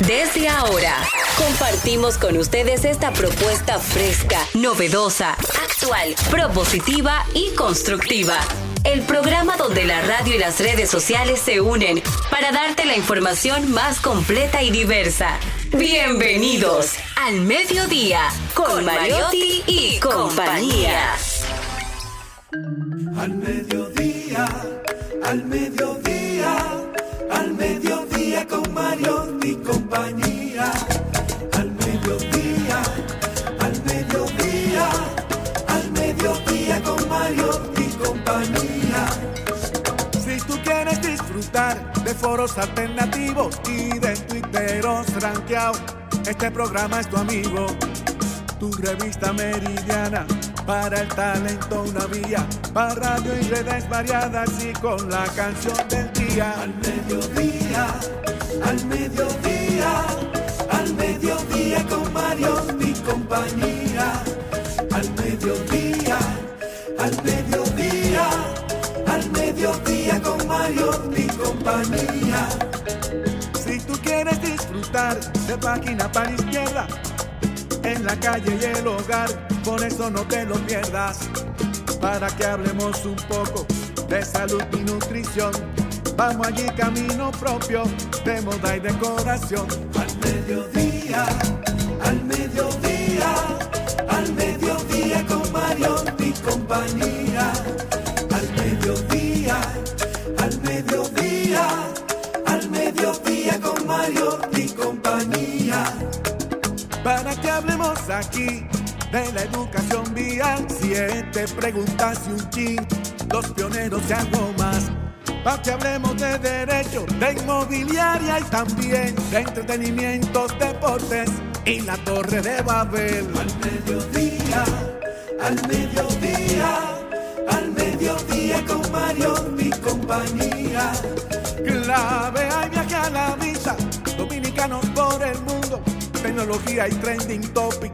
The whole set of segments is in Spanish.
Desde ahora, compartimos con ustedes esta propuesta fresca, novedosa, actual, propositiva y constructiva. El programa donde la radio y las redes sociales se unen para darte la información más completa y diversa. Bienvenidos al Mediodía con Mariotti y compañía. Al mediodía, al mediodía, al mediodía con Mariotti y compañía. Al mediodía, al mediodía, al mediodía con Mariotti y compañía. Si tú quieres disfrutar de foros alternativos y de tuiteros rankeados, este programa es tu amigo. Tu revista meridiana, para el talento una vía, para radio y redes variadas y con la canción del día. Al mediodía, al mediodía, al mediodía con Mariotti y compañía. Al mediodía, al mediodía, al mediodía con Mariotti y compañía. Si tú quieres disfrutar de página para izquierda, en la calle y el hogar, por eso no te lo pierdas, para que hablemos un poco de salud y nutrición. Vamos allí camino propio de moda y decoración. Al mediodía, al mediodía, al mediodía con Mariotti y compañía. Al mediodía, al mediodía, al mediodía con Mariotti y compañía. Para que hablemos aquí de la educación vial, 7 preguntas y un chin, los pioneros y algo más. Para que hablemos de derecho, de inmobiliaria y también de entretenimientos, deportes y la Torre de Babel. Al mediodía, al mediodía, al mediodía con Mariotti y compañía. Clave hay viaje a la vista, dominicanos por el mundo. Tecnología y trending topic.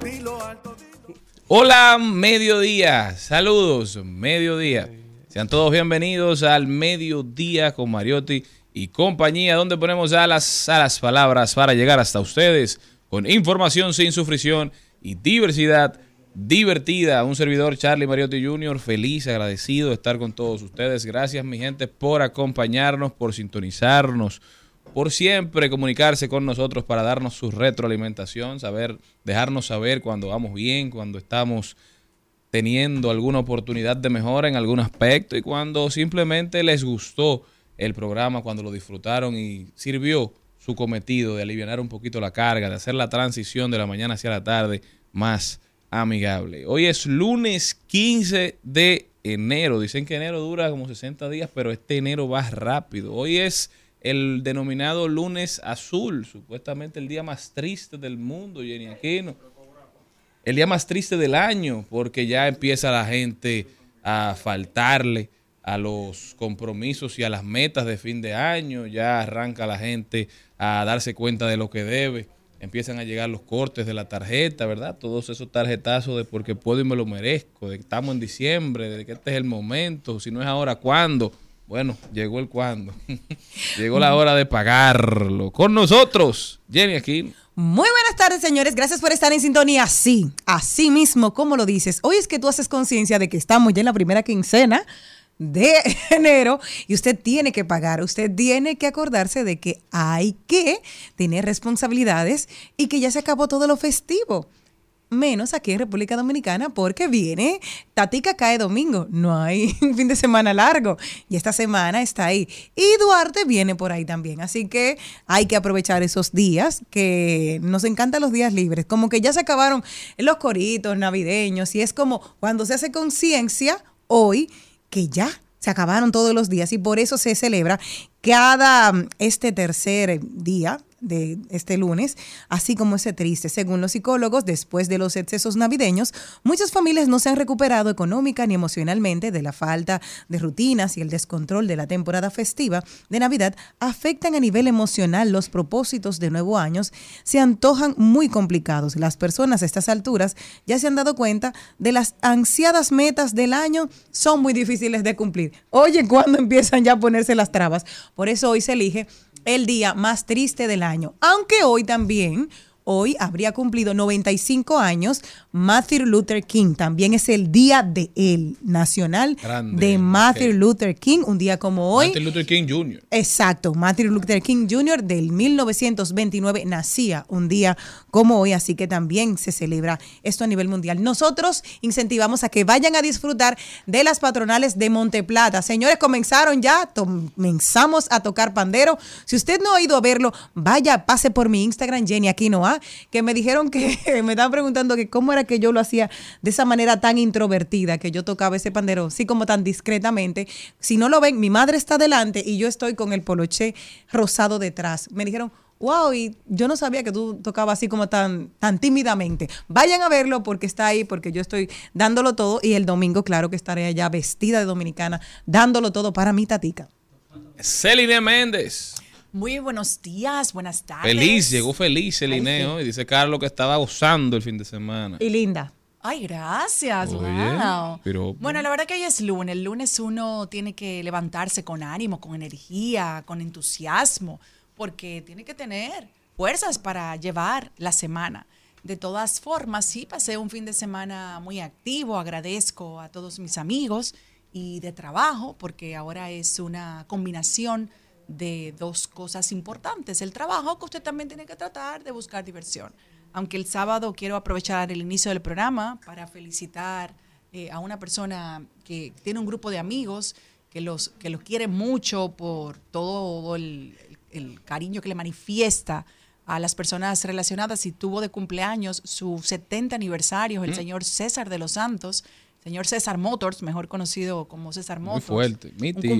Hola, mediodía. Saludos, mediodía. Sean todos bienvenidos al Mediodía con Mariotti y compañía, donde ponemos alas a las palabras para llegar hasta ustedes con información sin sufrición y diversidad divertida. Un servidor, Charlie Mariotti Jr., feliz, agradecido de estar con todos ustedes. Gracias, mi gente, por acompañarnos, por sintonizarnos, por siempre comunicarse con nosotros para darnos su retroalimentación, dejarnos saber cuando vamos bien, cuando estamos teniendo alguna oportunidad de mejora en algún aspecto y cuando simplemente les gustó el programa, cuando lo disfrutaron y sirvió su cometido de alivianar un poquito la carga, de hacer la transición de la mañana hacia la tarde más amigable. Hoy es lunes 15 de enero. Dicen que enero dura como 60 días, pero este enero va rápido. Hoy es el denominado lunes azul, supuestamente el día más triste del mundo, Jenny Aquino. El día más triste del año, porque ya empieza la gente a faltarle a los compromisos y a las metas de fin de año. Ya arranca la gente a darse cuenta de lo que debe. Empiezan a llegar los cortes de la tarjeta, ¿verdad? Todos esos tarjetazos de porque puedo y me lo merezco, de que estamos en diciembre, de que este es el momento, si no es ahora, ¿cuándo? Bueno, llegó el cuándo. Llegó la hora de pagarlo. Con nosotros, Jenny Aquino. Muy buenas tardes, señores. Gracias por estar en sintonía. Sí, así mismo, como lo dices. Hoy es que tú haces conciencia de que estamos ya en la primera quincena de enero y usted tiene que pagar. Usted tiene que acordarse de que hay que tener responsabilidades y que ya se acabó todo lo festivo. Menos aquí en República Dominicana, porque viene Tatica cae domingo, no hay un fin de semana largo y esta semana está ahí y Duarte viene por ahí también, así que hay que aprovechar esos días que nos encantan los días libres, como que ya se acabaron los coritos navideños y es como cuando se hace conciencia hoy que ya se acabaron todos los días y por eso se celebra cada tercer día de este lunes, así como ese triste. Según los psicólogos, después de los excesos navideños, muchas familias no se han recuperado económica ni emocionalmente de la falta de rutinas y el descontrol de la temporada festiva de Navidad afectan a nivel emocional los propósitos de nuevo año, se antojan muy complicados. Las personas a estas alturas ya se han dado cuenta de las ansiadas metas del año son muy difíciles de cumplir. Oye, ¿cuándo empiezan ya a ponerse las trabas? Por eso hoy se elige el día más triste del año. Aunque hoy habría cumplido 95 años Martin Luther King. También es el día de él, nacional de Martin Luther King, un día como hoy. Martin Luther King Jr. Exacto, Martin Luther King Jr. del 1929 nacía un día como hoy, así que también se celebra esto a nivel mundial. Nosotros incentivamos a que vayan a disfrutar de las patronales de Monteplata. Señores, comenzamos a tocar pandero. Si usted no ha ido a verlo, vaya, pase por mi Instagram, Jenny Aquinoa, que me dijeron que me estaban preguntando que cómo era que yo lo hacía de esa manera tan introvertida, que yo tocaba ese pandero, así como tan discretamente. Si no lo ven, mi madre está delante y yo estoy con el poloché rosado detrás. Me dijeron, wow, y yo no sabía que tú tocabas así como tan tímidamente. Vayan a verlo porque está ahí, porque yo estoy dándolo todo y el domingo, claro que estaré allá vestida de dominicana, dándolo todo para mi tatica. Celine Méndez. Muy buenos días, buenas tardes. Llegó feliz Celine hoy. Dice Carlos que estaba gozando el fin de semana. Y linda. Ay, gracias. Oye, Wow. pero, bueno, la verdad que hoy es lunes. El lunes uno tiene que levantarse con ánimo, con energía, con entusiasmo, porque tiene que tener fuerzas para llevar la semana. De todas formas, sí, pasé un fin de semana muy activo. Agradezco a todos mis amigos y de trabajo, porque ahora es una combinación de dos cosas importantes. El trabajo, que usted también tiene que tratar de buscar diversión. Aunque el sábado quiero aprovechar el inicio del programa para felicitar a una persona que tiene un grupo de amigos que los quiere mucho por todo el cariño que le manifiesta a las personas relacionadas, y tuvo de cumpleaños su 70 aniversario, el señor César de los Santos, señor César Motors, mejor conocido como César Motors. Muy fuerte, mi tío.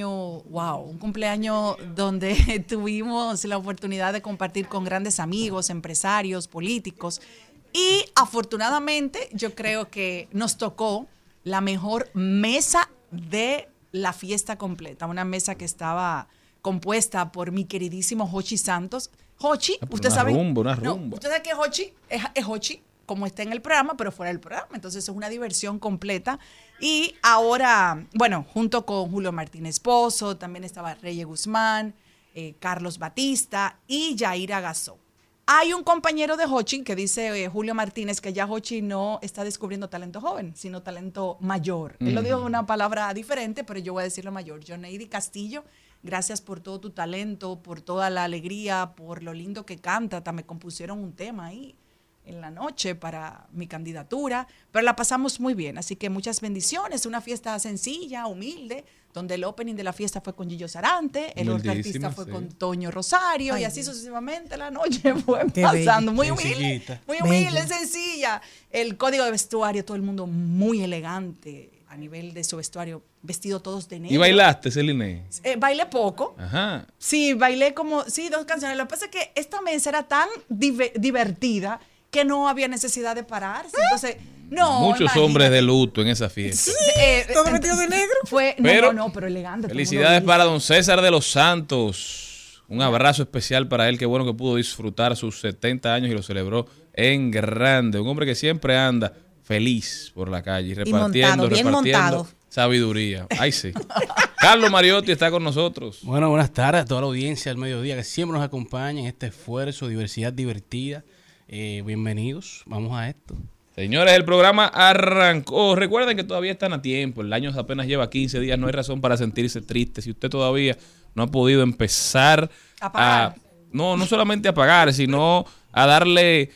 Un cumpleaños donde tuvimos la oportunidad de compartir con grandes amigos, empresarios, políticos, y afortunadamente yo creo que nos tocó la mejor mesa de la fiesta completa, una mesa que estaba compuesta por mi queridísimo Jochi Santos. Jochi, usted sabe. Una rumba. No, usted sabe que Jochi es Jochi, como está en el programa, pero fuera del programa. Entonces es una diversión completa. Y ahora, bueno, junto con Julio Martínez Pozo, también estaba Reyes Guzmán, Carlos Batista y Yaira Gasó. Hay un compañero de Jochi que dice, Julio Martínez, que ya Jochi no está descubriendo talento joven, sino talento mayor. Él lo dijo en una palabra diferente, pero yo voy a decirlo mayor. Johnny Castillo, gracias por todo tu talento, por toda la alegría, por lo lindo que canta. Hasta me compusieron un tema ahí en la noche para mi candidatura, pero la pasamos muy bien, así que muchas bendiciones. Una fiesta sencilla, humilde, donde el opening de la fiesta fue con Gillo Sarante, el otro artista fue con Toño Rosario. Ay, y así sucesivamente la noche fue pasando. Muy humilde, sencilla. El código de vestuario, todo el mundo muy elegante a nivel de su vestuario, vestido todos de negro. ¿Y bailaste, Celine? Bailé poco. Ajá. Sí, bailé como, sí, 2 canciones. Lo que pasa es que esta mesa era tan divertida que no había necesidad de pararse. Entonces, no. Muchos imagínate. Hombres de luto en esa fiesta. ¿Todo vestido de negro? Pero elegante. Felicidades para don César de los Santos. Un abrazo especial para él. Qué bueno que pudo disfrutar sus 70 años y lo celebró en grande. Un hombre que siempre anda feliz por la calle, repartiendo montado. Sabiduría. Ay, sí. Carlos Mariotti está con nosotros. Bueno, buenas tardes a toda la audiencia del mediodía que siempre nos acompaña en este esfuerzo, diversidad divertida. Bienvenidos, vamos a esto. Señores, el programa arrancó. Recuerden que todavía están a tiempo. El año apenas lleva 15 días. No hay razón para sentirse triste. Si usted todavía no ha podido empezar a pagar. No solamente a pagar, sino a darle,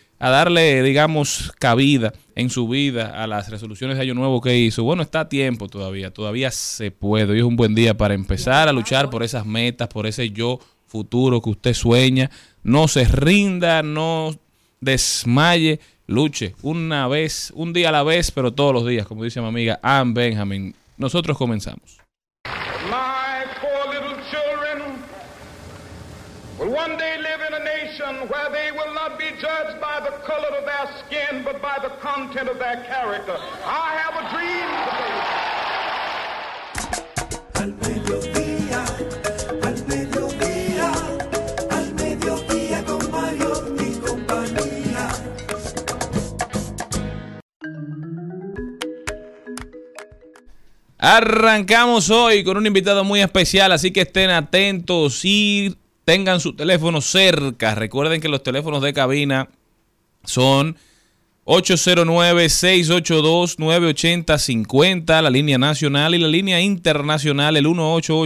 digamos, cabida en su vida a las resoluciones de Año Nuevo que hizo. Bueno, está a tiempo todavía se puede. Hoy es un buen día para empezar a luchar por esas metas, por ese yo futuro que usted sueña. No se rinda, no desmaye, luche un día a la vez, pero todos los días, como dice mi amiga Ann Benjamin. Nosotros comenzamos. My poor little children will one day live in a nation where they will not be judged by the color of their skin, but by the content of their character. I have a dream today. Al mediodía, al mediodía, al mediodía con Mario y compañía. Arrancamos hoy con un invitado muy especial, así que estén atentos y tengan su teléfono cerca. Recuerden que los teléfonos de cabina son 809-682-9850, la línea nacional, y la línea internacional, el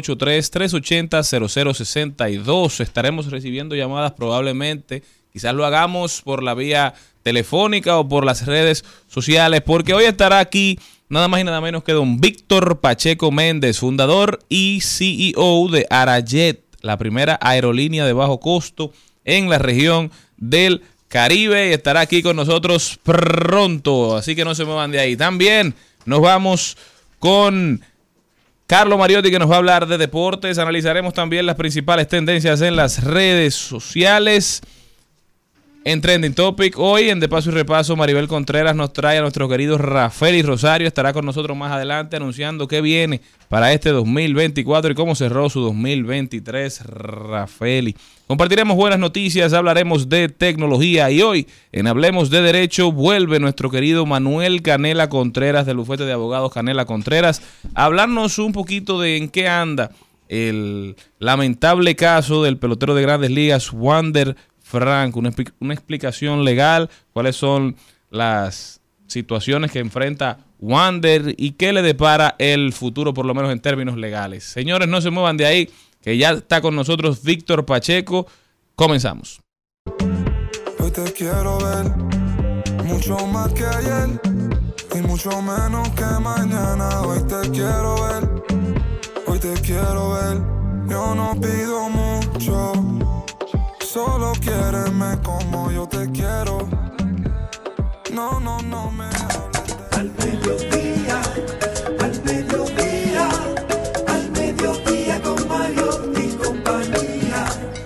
1883-380-0062. Estaremos recibiendo llamadas probablemente, quizás lo hagamos por la vía telefónica o por las redes sociales, porque hoy estará aquí nada más y nada menos que don Víctor Pacheco Méndez, fundador y CEO de Arajet, la primera aerolínea de bajo costo en la región del Caribe, y estará aquí con nosotros pronto, así que no se muevan de ahí. También nos vamos con Carlos Mariotti, que nos va a hablar de deportes. Analizaremos también las principales tendencias en las redes sociales. En Trending Topic, hoy en De Paso y Repaso, Maribel Contreras nos trae a nuestro querido Rafael Rosario. Estará con nosotros más adelante anunciando qué viene para este 2024 y cómo cerró su 2023 Rafael. Compartiremos buenas noticias, hablaremos de tecnología, y hoy en Hablemos de Derecho vuelve nuestro querido Manuel Canela Contreras del bufete de abogados Canela Contreras a hablarnos un poquito de en qué anda el lamentable caso del pelotero de Grandes Ligas Wander Franco, una explicación legal, cuáles son las situaciones que enfrenta Wander y qué le depara el futuro, por lo menos en términos legales. Señores, no se muevan de ahí, que ya está con nosotros Víctor Pacheco. Comenzamos. Hoy te quiero ver mucho más que ayer y mucho menos que mañana. Hoy te quiero ver, hoy te quiero ver. Yo no pido mucho, solo quiéreme como yo te quiero. No me hables de... Al mediodía, al mediodía, al mediodía con Mario y compañía.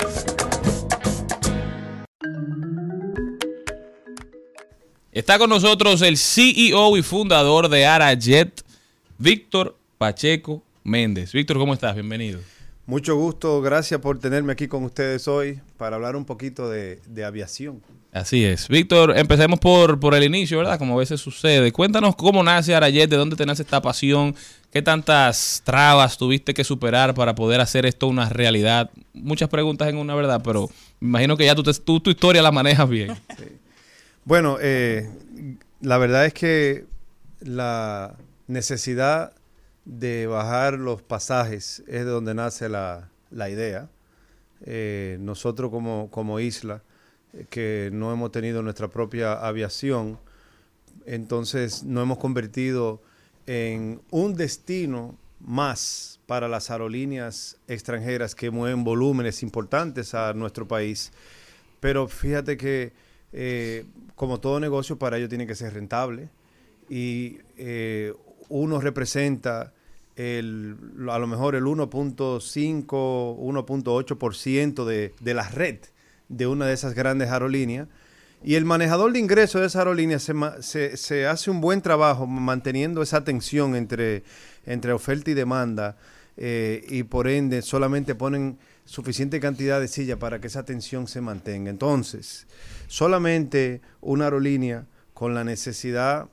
Está con nosotros el CEO y fundador de Arajet, Víctor Pacheco Méndez. Víctor, ¿cómo estás? Bienvenido. Mucho gusto, gracias por tenerme aquí con ustedes hoy para hablar un poquito de aviación. Así es. Víctor, empecemos por el inicio, ¿verdad? Como a veces sucede. Cuéntanos cómo nace Arajet, de dónde te nace esta pasión, qué tantas trabas tuviste que superar para poder hacer esto una realidad. Muchas preguntas en una, ¿verdad? Pero me imagino que ya tu historia la manejas bien. Sí. Bueno, la verdad es que la necesidad de bajar los pasajes es de donde nace la idea. Nosotros como isla, que no hemos tenido nuestra propia aviación, entonces nos hemos convertido en un destino más para las aerolíneas extranjeras que mueven volúmenes importantes a nuestro país. Pero fíjate que como todo negocio, para ello tiene que ser rentable, y uno representa a lo mejor el 1.5, 1.8% de la red de una de esas grandes aerolíneas, y el manejador de ingresos de esa aerolínea se hace un buen trabajo manteniendo esa tensión entre oferta y demanda, y por ende solamente ponen suficiente cantidad de sillas para que esa tensión se mantenga. Entonces, solamente una aerolínea con la necesidad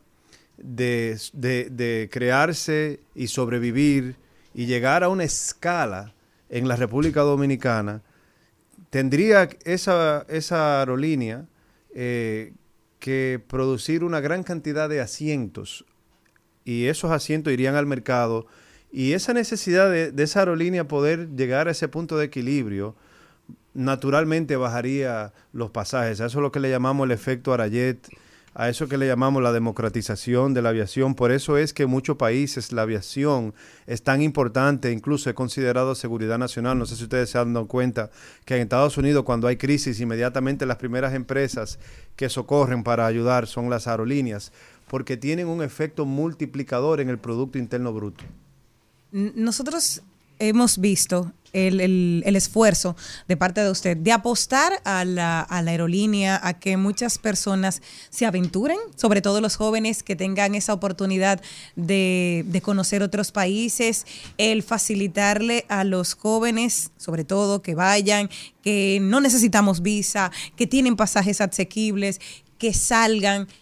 de crearse y sobrevivir y llegar a una escala en la República Dominicana tendría esa aerolínea que producir una gran cantidad de asientos, y esos asientos irían al mercado, y esa necesidad de esa aerolínea poder llegar a ese punto de equilibrio naturalmente bajaría los pasajes. A eso es lo que le llamamos el efecto Arajet, a eso que le llamamos la democratización de la aviación. Por eso es que en muchos países la aviación es tan importante, incluso es considerado seguridad nacional. No sé si ustedes se han dado cuenta que en Estados Unidos, cuando hay crisis, inmediatamente las primeras empresas que socorren para ayudar son las aerolíneas, porque tienen un efecto multiplicador en el Producto Interno Bruto. Nosotros hemos visto el esfuerzo de parte de usted de apostar a la aerolínea, a que muchas personas se aventuren, sobre todo los jóvenes que tengan esa oportunidad de conocer otros países, el facilitarle a los jóvenes, sobre todo, que vayan, que no necesitamos visa, que tienen pasajes asequibles, que salgan.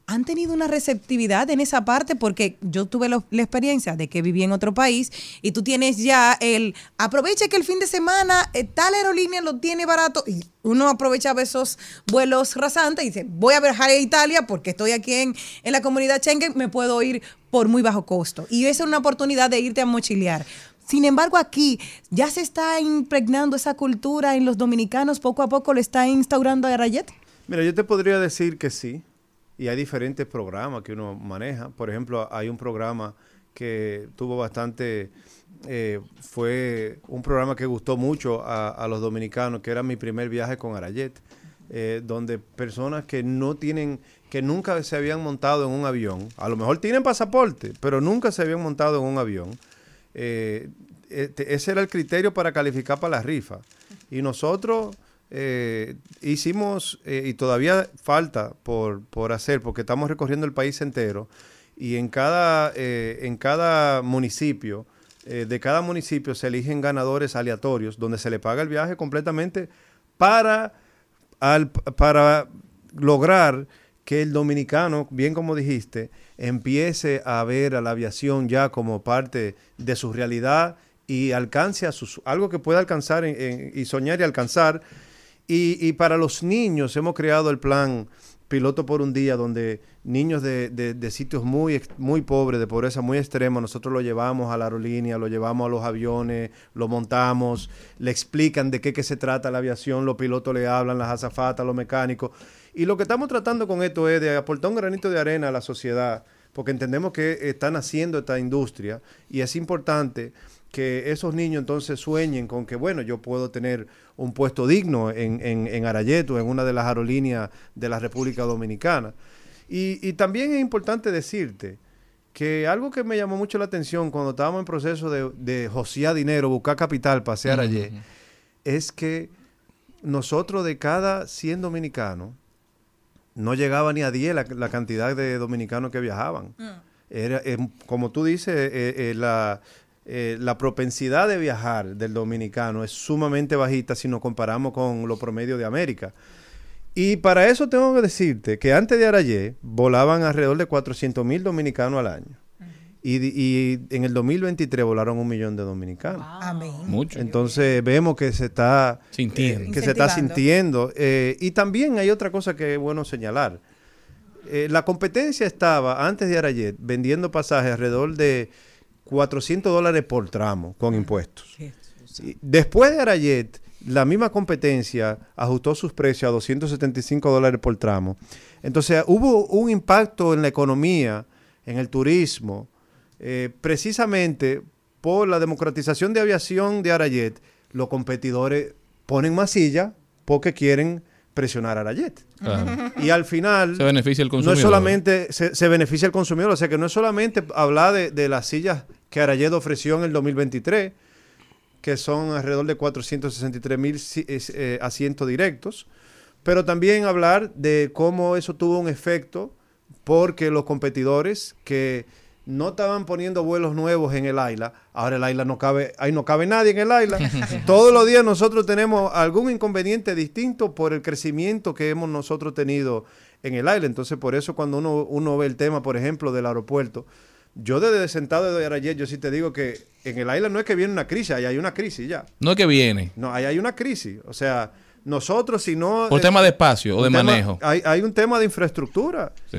han tenido una receptividad en esa parte, porque yo tuve la experiencia de que viví en otro país y tú tienes ya aprovecha que el fin de semana tal aerolínea lo tiene barato y uno aprovecha esos vuelos rasantes y dice, voy a viajar a Italia porque estoy aquí en la comunidad Schengen, me puedo ir por muy bajo costo. Y esa es una oportunidad de irte a mochilear. Sin embargo, aquí ya se está impregnando esa cultura en los dominicanos, poco a poco lo está instaurando Arayet. Mira, yo te podría decir que sí, y hay diferentes programas que uno maneja. Por ejemplo, hay un programa que tuvo bastante, fue un programa que gustó mucho a los dominicanos, que era mi primer viaje con Arayet, donde personas que no tienen, que nunca se habían montado en un avión, a lo mejor tienen pasaporte, pero nunca se habían montado en un avión. Ese era el criterio para calificar para la rifa. Y nosotros hicimos, y todavía falta por hacer, porque estamos recorriendo el país entero, y en cada municipio, de cada municipio se eligen ganadores aleatorios, donde se le paga el viaje completamente para lograr que el dominicano, bien como dijiste, empiece a ver a la aviación ya como parte de su realidad y alcance algo que pueda alcanzar y soñar y alcanzar. Y para los niños hemos creado el plan Piloto por un Día, donde niños de sitios muy, muy pobres, de pobreza muy extrema, nosotros lo llevamos a la aerolínea, lo llevamos a los aviones, lo montamos, le explican de qué se trata la aviación, los pilotos le hablan, las azafatas, los mecánicos. Y lo que estamos tratando con esto es de aportar un granito de arena a la sociedad, porque entendemos que están haciendo esta industria y es importante que esos niños entonces sueñen con que, bueno, yo puedo tener un puesto digno en Arayet o en una de las aerolíneas de la República Dominicana. Y también es importante decirte que algo que me llamó mucho la atención cuando estábamos en proceso de josear dinero, buscar capital para hacer Arayet, es que nosotros de cada 100 dominicanos, no llegaba ni a 10 la cantidad de dominicanos que viajaban. Era, como tú dices, la propensidad de viajar del dominicano es sumamente bajita si nos comparamos con los promedios de América. Y para eso tengo que decirte que antes de Arayet volaban alrededor de 400,000 dominicanos al año. Y en el 2023 volaron 1 millón de dominicanos. Wow. Amén. Mucho. Entonces vemos que se está sintiendo. Y también hay otra cosa que es bueno señalar. La competencia estaba, antes de Arayet, vendiendo pasajes alrededor de $400 por tramo con impuestos. Y después de Arayet, la misma competencia ajustó sus precios a $275 por tramo. Entonces hubo un impacto en la economía, en el turismo, precisamente por la democratización de aviación de Arayet. Los competidores ponen más sillas porque quieren presionar a Arayet. Claro. Y al final se beneficia el consumidor. No es solamente se beneficia el consumidor, o sea que no es solamente hablar de las sillas que Arayet ofreció en el 2023, que son alrededor de 463,000 asientos directos, pero también hablar de cómo eso tuvo un efecto porque los competidores que no estaban poniendo vuelos nuevos en el AILA, ahora el AILA no cabe, ahí no cabe nadie en el AILA. Todos los días nosotros tenemos algún inconveniente distinto por el crecimiento que hemos nosotros tenido en el AILA. Entonces, por eso cuando uno ve el tema, por ejemplo, del aeropuerto, yo desde sentado de Arayet, yo sí te digo que en el AILA no es que viene una crisis, ahí hay una crisis ya. No es que viene. No, ahí hay una crisis. O sea, nosotros si no... Por tema de espacio o de manejo. Hay un tema de infraestructura. Sí.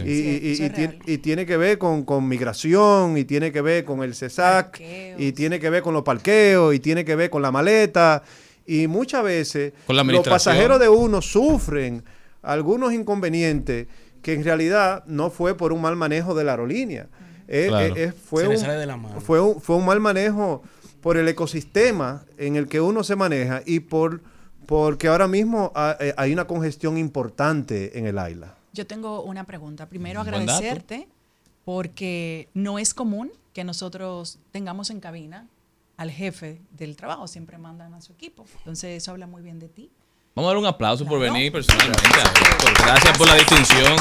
Y tiene que ver con migración, y tiene que ver con el CESAC, Parqueos. y tiene que ver con los parqueos, y tiene que ver con la maleta. Y muchas veces Con la los administración. pasajeros de uno sufren algunos inconvenientes que en realidad no fue por un mal manejo de la aerolínea. Claro. Se le sale de la mano. Fue un mal manejo por el ecosistema en el que uno se maneja y porque ahora mismo hay una congestión importante en el AILA. Yo tengo una pregunta. Primero, Buen dato. agradecerte porque no es común que nosotros tengamos en cabina al jefe del trabajo. Siempre mandan a su equipo. Entonces, eso habla muy bien de ti. Vamos a dar un aplauso por Claro. venir personalmente. Gracias por la distinción.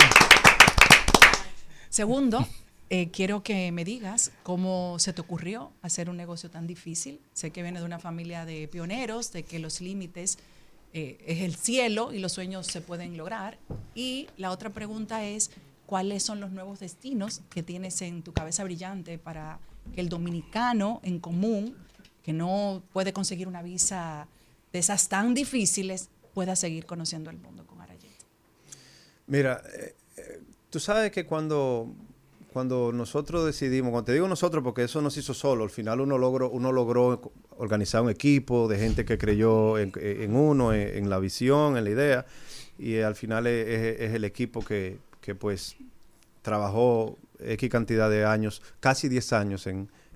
Segundo, quiero que me digas cómo se te ocurrió hacer un negocio tan difícil. Sé que vienes de una familia de pioneros, de que los límites es el cielo y los sueños se pueden lograr. Y la otra pregunta es, cuáles son los nuevos destinos que tienes en tu cabeza brillante para que el dominicano en común, que no puede conseguir una visa de esas tan difíciles, pueda seguir conociendo el mundo con Arayet. Mira, tú sabes que cuando nosotros decidimos, cuando te digo nosotros porque eso no se hizo solo, al final uno logró organizar un equipo de gente que creyó en uno, en la visión, en la idea, y al final es el equipo que pues trabajó X cantidad de años, casi 10 años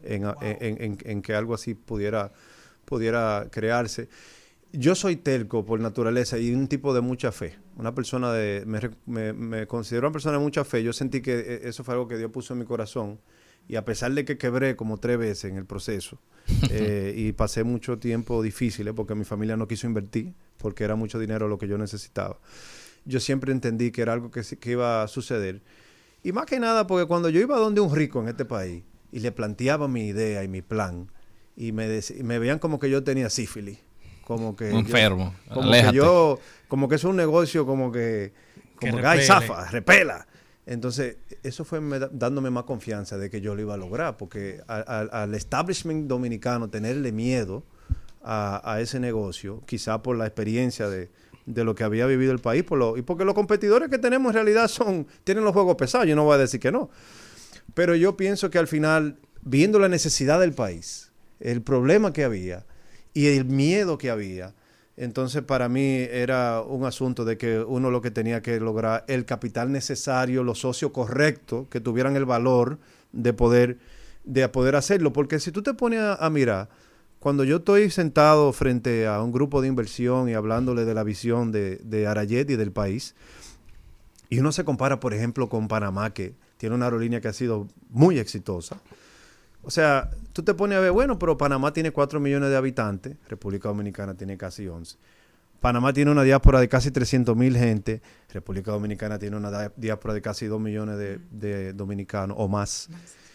en que algo así pudiera crearse. Yo soy terco por naturaleza y un tipo de mucha fe. Una persona me considero una persona de mucha fe. Yo sentí que eso fue algo que Dios puso en mi corazón. Y a pesar de que quebré como 3 veces en el proceso y pasé mucho tiempo difícil porque mi familia no quiso invertir porque era mucho dinero lo que yo necesitaba. Yo siempre entendí que era algo que iba a suceder. Y más que nada porque cuando yo iba donde un rico en este país y le planteaba mi idea y mi plan y me veían como que yo tenía sífilis. Como que enfermo, como que es un negocio como que hay zafa, repela. Entonces, eso fue dándome más confianza de que yo lo iba a lograr, porque al establishment dominicano tenerle miedo a ese negocio, quizá por la experiencia de lo que había vivido el país, y porque los competidores que tenemos en realidad tienen los juegos pesados, yo no voy a decir que no. Pero yo pienso que al final, viendo la necesidad del país, el problema que había, y el miedo que había. Entonces, para mí era un asunto de que uno lo que tenía que lograr el capital necesario, los socios correctos, que tuvieran el valor de poder hacerlo. Porque si tú te pones a mirar, cuando yo estoy sentado frente a un grupo de inversión y hablándole de la visión de Arayet y del país, y uno se compara, por ejemplo, con Panamá, que tiene una aerolínea que ha sido muy exitosa. O sea, tú te pones a ver, bueno, pero Panamá tiene 4 millones de habitantes, República Dominicana tiene casi 11. Panamá tiene una diáspora de casi 300,000 gente, República Dominicana tiene una diáspora de casi 2 millones de dominicanos o más.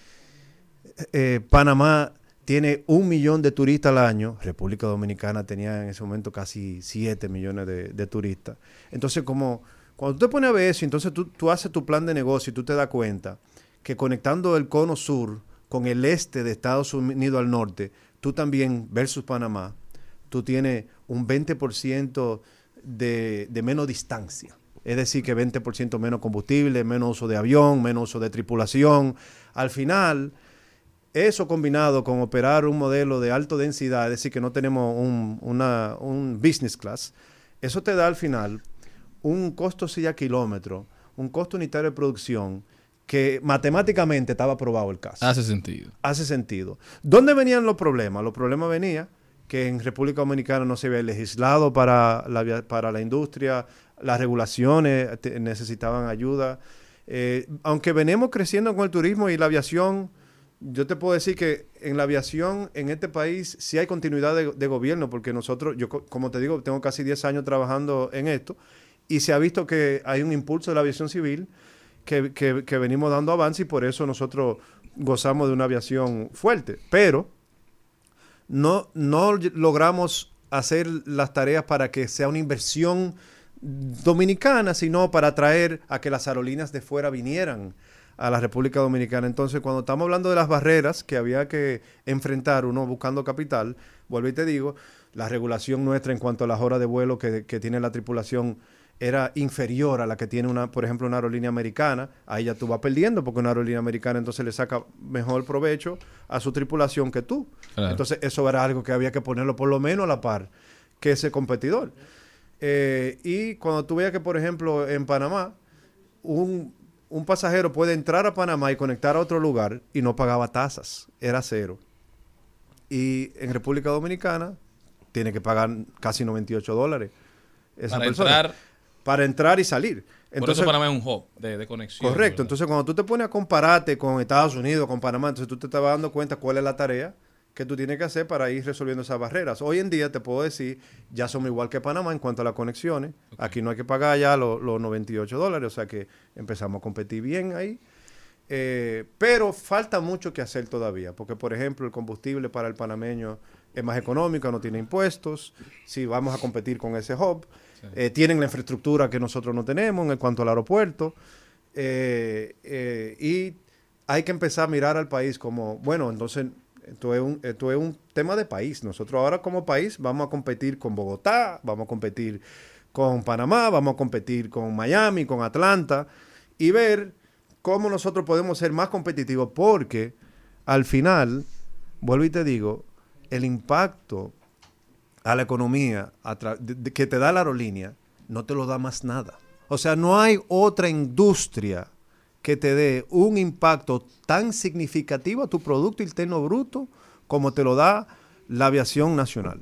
Panamá tiene 1 millón de turistas al año, República Dominicana tenía en ese momento casi 7 millones de turistas. Entonces, cuando tú te pones a ver eso, entonces tú haces tu plan de negocio y tú te das cuenta que conectando el cono sur con el este de Estados Unidos al norte, tú también, versus Panamá, tú tienes un 20% de menos distancia. Es decir, que 20% menos combustible, menos uso de avión, menos uso de tripulación. Al final, eso combinado con operar un modelo de alta densidad, es decir, que no tenemos un business class, eso te da al final un costo silla kilómetro, un costo unitario de producción, que matemáticamente estaba aprobado el caso. Hace sentido. Hace sentido. ¿Dónde venían los problemas? Los problemas venían que en República Dominicana no se había legislado para la industria, las regulaciones necesitaban ayuda. Aunque venimos creciendo con el turismo y la aviación, yo te puedo decir que en la aviación en este país sí hay continuidad de gobierno, porque nosotros, yo como te digo, tengo casi 10 años trabajando en esto, y se ha visto que hay un impulso de la aviación civil que venimos dando avance y por eso nosotros gozamos de una aviación fuerte. Pero no logramos hacer las tareas para que sea una inversión dominicana, sino para atraer a que las aerolíneas de fuera vinieran a la República Dominicana. Entonces, cuando estamos hablando de las barreras que había que enfrentar uno buscando capital, vuelvo y te digo, la regulación nuestra en cuanto a las horas de vuelo que tiene la tripulación era inferior a la que tiene por ejemplo, una aerolínea americana. Ahí ya tú vas perdiendo porque una aerolínea americana entonces le saca mejor provecho a su tripulación que tú. Claro. Entonces eso era algo que había que ponerlo por lo menos a la par que ese competidor. Y cuando tú veas que, por ejemplo, en Panamá, un pasajero puede entrar a Panamá y conectar a otro lugar y no pagaba tasas, era cero. Y en República Dominicana tiene que pagar casi $98 esa persona. Para entrar y salir. Entonces, por eso Panamá es un hub de conexión. Correcto. ¿Verdad? Entonces, cuando tú te pones a compararte con Estados Unidos, con Panamá, entonces tú te estás dando cuenta cuál es la tarea que tú tienes que hacer para ir resolviendo esas barreras. Hoy en día, te puedo decir, ya somos igual que Panamá en cuanto a las conexiones. Okay. Aquí no hay que pagar ya los $98, o sea que empezamos a competir bien ahí. Pero falta mucho que hacer todavía, porque, por ejemplo, el combustible para el panameño es más económico, no tiene impuestos. Si vamos a competir con ese hub, tienen la infraestructura que nosotros no tenemos en cuanto al aeropuerto. Y hay que empezar a mirar al país como, bueno, entonces esto es un tema de país. Nosotros ahora como país vamos a competir con Bogotá, vamos a competir con Panamá, vamos a competir con Miami, con Atlanta, y ver cómo nosotros podemos ser más competitivos, porque al final, vuelvo y te digo, el impacto a la economía que te da la aerolínea no te lo da más nada. O sea, no hay otra industria que te dé un impacto tan significativo a tu Producto Interno Bruto como te lo da la aviación nacional.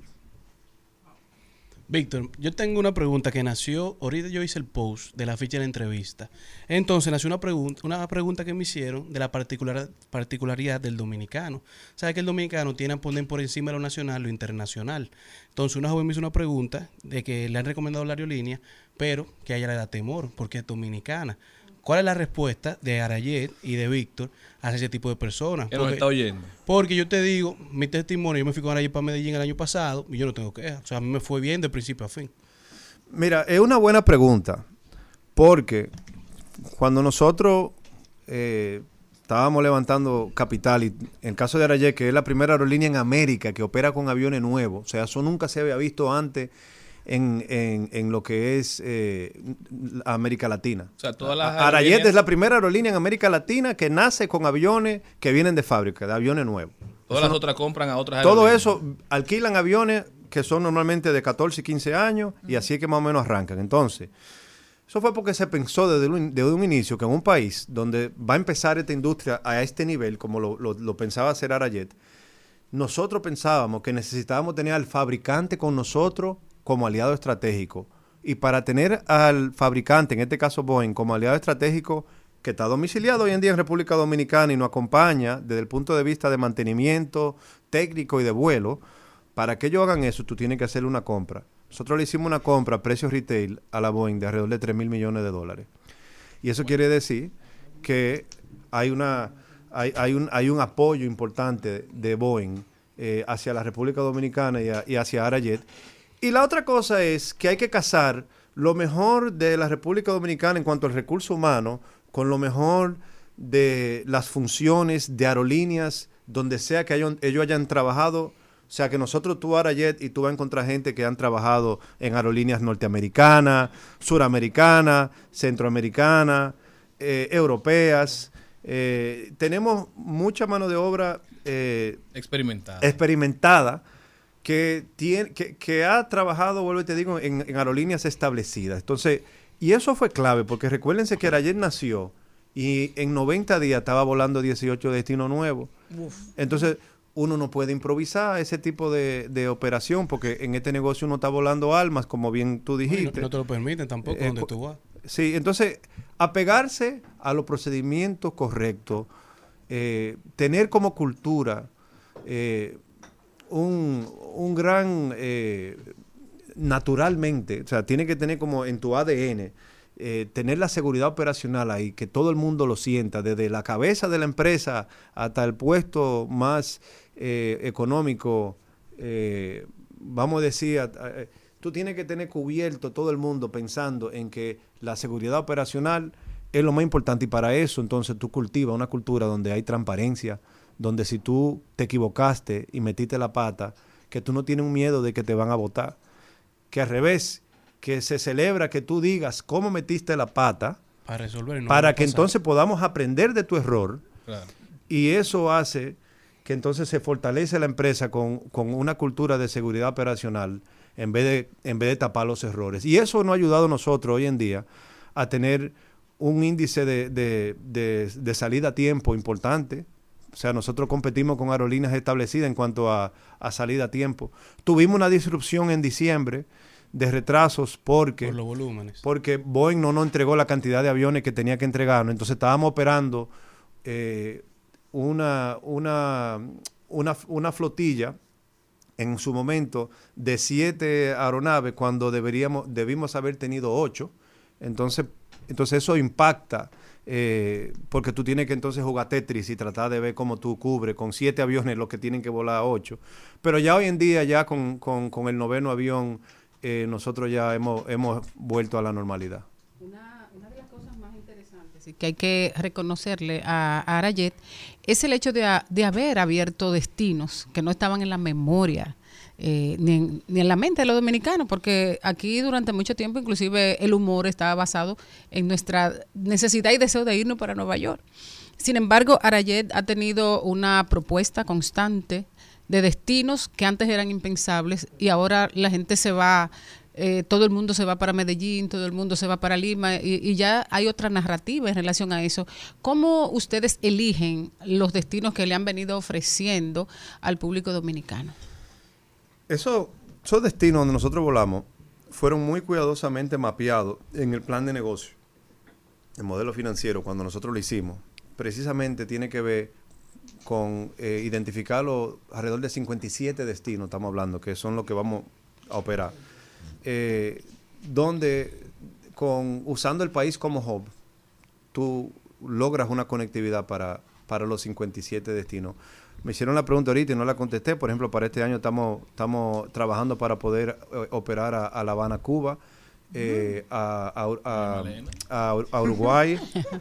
Víctor, yo tengo una pregunta que nació, ahorita yo hice el post de la ficha de la entrevista. Entonces nació una pregunta que me hicieron de la particularidad del dominicano. Sabes que el dominicano tiene a poner por encima de lo nacional lo internacional. Entonces una joven me hizo una pregunta de que le han recomendado la aerolínea, pero que a ella le da temor porque es dominicana. ¿Cuál es la respuesta de Arayet y de Víctor hacia ese tipo de personas? ¿Qué nos está oyendo? Porque yo te digo, mi testimonio, yo me fui con Arayet para Medellín el año pasado y yo no tengo quejas. O sea, a mí me fue bien de principio a fin. Mira, es una buena pregunta, porque cuando nosotros estábamos levantando capital, y en el caso de Arayet, que es la primera aerolínea en América que opera con aviones nuevos, o sea, eso nunca se había visto antes en lo que es América Latina. O sea, todas las Arayet es la primera aerolínea en América Latina que nace con aviones que vienen de fábrica, de aviones nuevos. Todas las otras compran a otras Todo aerolíneas. eso alquilan aviones que son normalmente de 14 y 15 años y así es que más o menos arrancan. Entonces, eso fue porque se pensó desde un inicio que en un país donde va a empezar esta industria a este nivel, como lo pensaba hacer Arayet, nosotros pensábamos que necesitábamos tener al fabricante con nosotros como aliado estratégico. Y para tener al fabricante, en este caso Boeing, como aliado estratégico, que está domiciliado hoy en día en República Dominicana y nos acompaña desde el punto de vista de mantenimiento técnico y de vuelo, para que ellos hagan eso, tú tienes que hacerle una compra. Nosotros le hicimos una compra a precio retail a la Boeing de alrededor de $3,000 millones. Y eso quiere decir que hay un apoyo importante de Boeing hacia la República Dominicana y hacia Arayet. Y la otra cosa es que hay que casar lo mejor de la República Dominicana en cuanto al recurso humano con lo mejor de las funciones de aerolíneas, donde sea que ellos hayan trabajado. O sea, que nosotros, tú, Arayet, y tú vas a encontrar gente que han trabajado en aerolíneas norteamericanas, suramericanas, centroamericanas, europeas. Tenemos mucha mano de obra experimentada que ha trabajado, vuelvo y te digo, en aerolíneas establecidas. Entonces, y eso fue clave, porque recuérdense que Arayet nació y en 90 días estaba volando 18 destinos nuevos. Entonces, uno no puede improvisar ese tipo de operación, porque en este negocio uno está volando almas, como bien tú dijiste. No te lo permiten tampoco donde tú vas. Sí, entonces, apegarse a los procedimientos correctos, tener como cultura un gran, naturalmente, o sea, tiene que tener como en tu ADN, tener la seguridad operacional ahí, que todo el mundo lo sienta, desde la cabeza de la empresa hasta el puesto más económico, vamos a decir, tú tienes que tener cubierto todo el mundo pensando en que la seguridad operacional es lo más importante, y para eso entonces tú cultivas una cultura donde hay transparencia, donde si tú te equivocaste y metiste la pata, que tú no tienes un miedo de que te van a votar, que al revés, que se celebra que tú digas cómo metiste la pata para resolver, para que entonces podamos aprender de tu error. Claro. Y eso hace que entonces se fortalece la empresa con una cultura de seguridad operacional en vez de tapar los errores. Y eso nos ha ayudado a nosotros hoy en día a tener un índice de salida a tiempo importante. O sea, nosotros competimos con aerolíneas establecidas en cuanto a salida a tiempo. Tuvimos una disrupción en diciembre de retrasos por los volúmenes. Porque Boeing no nos entregó la cantidad de aviones que tenía que entregarnos. Entonces estábamos operando una flotilla en su momento de 7 aeronaves cuando debimos haber tenido 8. Entonces eso impacta. Porque tú tienes que entonces jugar Tetris y tratar de ver cómo tú cubres con 7 aviones los que tienen que volar a 8. Pero ya hoy en día, ya con el 9º avión, nosotros ya hemos vuelto a la normalidad. Una de las cosas más interesantes sí, que hay que reconocerle a Arayet, es el hecho de haber abierto destinos que no estaban en la memoria, ni en la mente de los dominicanos, porque aquí durante mucho tiempo inclusive el humor estaba basado en nuestra necesidad y deseo de irnos para Nueva York. Sin embargo, Arayet ha tenido una propuesta constante de destinos que antes eran impensables y ahora la gente se va, todo el mundo se va para Medellín, todo el mundo se va para Lima y ya hay otra narrativa en relación a eso. ¿Cómo ustedes eligen los destinos que le han venido ofreciendo al público dominicano? Esos destinos donde nosotros volamos fueron muy cuidadosamente mapeados en el plan de negocio. El modelo financiero, cuando nosotros lo hicimos, precisamente tiene que ver con identificar alrededor de 57 destinos, estamos hablando, que son los que vamos a operar. Donde usando el país como hub, tú logras una conectividad para los 57 destinos. Me hicieron la pregunta ahorita y no la contesté. Por ejemplo, para este año estamos trabajando para poder operar a La Habana, Cuba, a Uruguay,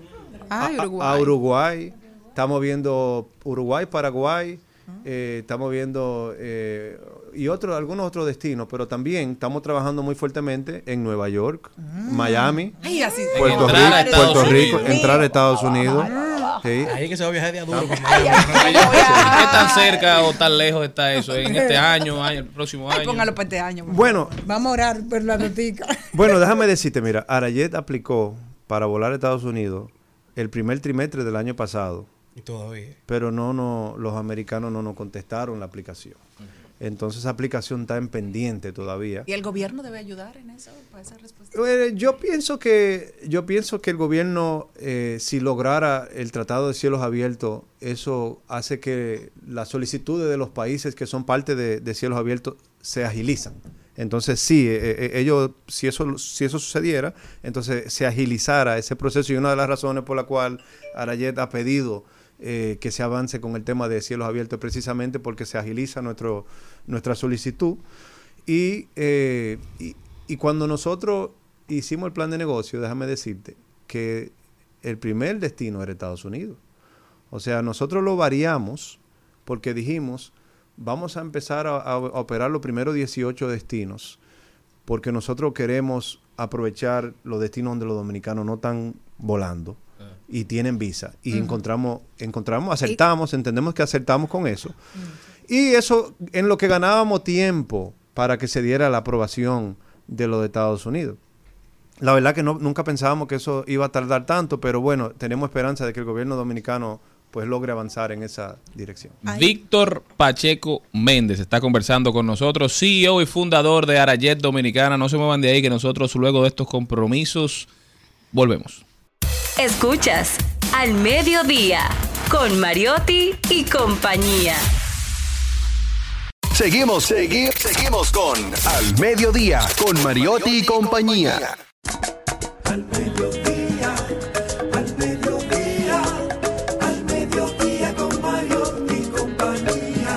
a Uruguay. Estamos viendo Uruguay, Paraguay, estamos viendo y algunos otros destinos, pero también estamos trabajando muy fuertemente en Nueva York, Miami, Puerto Rico, entrar a Estados Unidos. Sí. Ahí es que se va a viajar de adulto. ¿Qué tan cerca o tan lejos está eso? ¿En este año, el próximo año? Póngalo para este año. Bueno, vamos a orar por la notica. Bueno, déjame decirte, mira, Arayet aplicó para volar a Estados Unidos el primer trimestre del año pasado. Y todavía. Pero los americanos no nos contestaron la aplicación. Entonces esa aplicación está en pendiente todavía. ¿Y el gobierno debe ayudar en eso, para esa respuesta? Yo pienso que el gobierno, si lograra el Tratado de Cielos Abiertos, eso hace que las solicitudes de los países que son parte de Cielos Abiertos se agilizan. Entonces sí, ellos, si eso sucediera, entonces se agilizara ese proceso, y una de las razones por la cual Arayet ha pedido que se avance con el tema de cielos abiertos precisamente porque se agiliza nuestra solicitud. Y cuando nosotros hicimos el plan de negocio, déjame decirte que el primer destino era Estados Unidos. O sea, nosotros lo variamos porque dijimos, vamos a empezar a operar los primeros 18 destinos porque nosotros queremos aprovechar los destinos donde los dominicanos no están volando y tienen visa. Y acertamos, entendemos que acertamos con eso. Y eso en lo que ganábamos tiempo para que se diera la aprobación de los de Estados Unidos. La verdad que nunca pensábamos que eso iba a tardar tanto, pero bueno, tenemos esperanza de que el gobierno dominicano pues logre avanzar en esa dirección. Víctor Pacheco Méndez está conversando con nosotros, CEO y fundador de Arayet Dominicana. No se muevan de ahí, que nosotros luego de estos compromisos volvemos. Escuchas Al Mediodía con Mariotti y compañía. Seguimos con Al Mediodía con Mariotti y compañía. Al mediodía, al mediodía, al mediodía con Mariotti y compañía.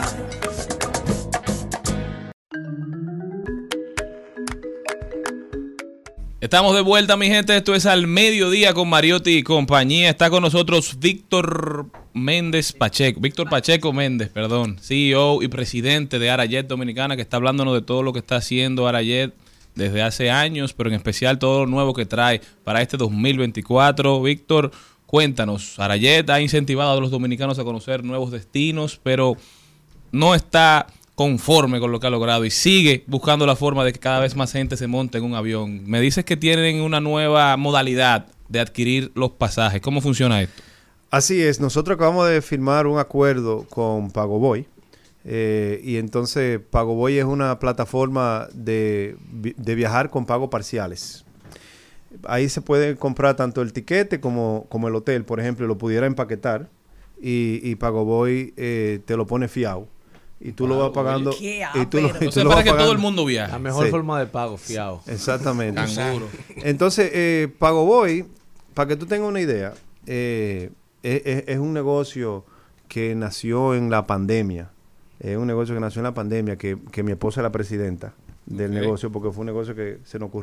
Estamos de vuelta, mi gente. Esto es Al Mediodía con Mariotti y compañía. Está con nosotros Víctor Pacheco Méndez, CEO y presidente de Arayet Dominicana, que está hablándonos de todo lo que está haciendo Arayet desde hace años, pero en especial todo lo nuevo que trae para este 2024. Víctor, cuéntanos. Arayet ha incentivado a los dominicanos a conocer nuevos destinos, pero no está conforme con lo que ha logrado y sigue buscando la forma de que cada vez más gente se monte en un avión. Me dices que tienen una nueva modalidad de adquirir los pasajes. ¿Cómo funciona esto? Así es. Nosotros acabamos de firmar un acuerdo con Pagoboy. Y entonces Pagoboy es una plataforma de viajar con pagos parciales. Ahí se puede comprar tanto el tiquete como el hotel, por ejemplo, lo pudiera empaquetar y Pagoboy te lo pone fiado. Y tú lo vas pagando. Para que todo el mundo viaje. La mejor forma de pago, fiado. Exactamente. Canguro. Entonces, Pagoboy, para que tú tengas una idea, es un negocio que nació en la pandemia. Es un negocio que nació en la pandemia, que mi esposa es la presidenta del negocio, porque fue un negocio que se nos ocurrió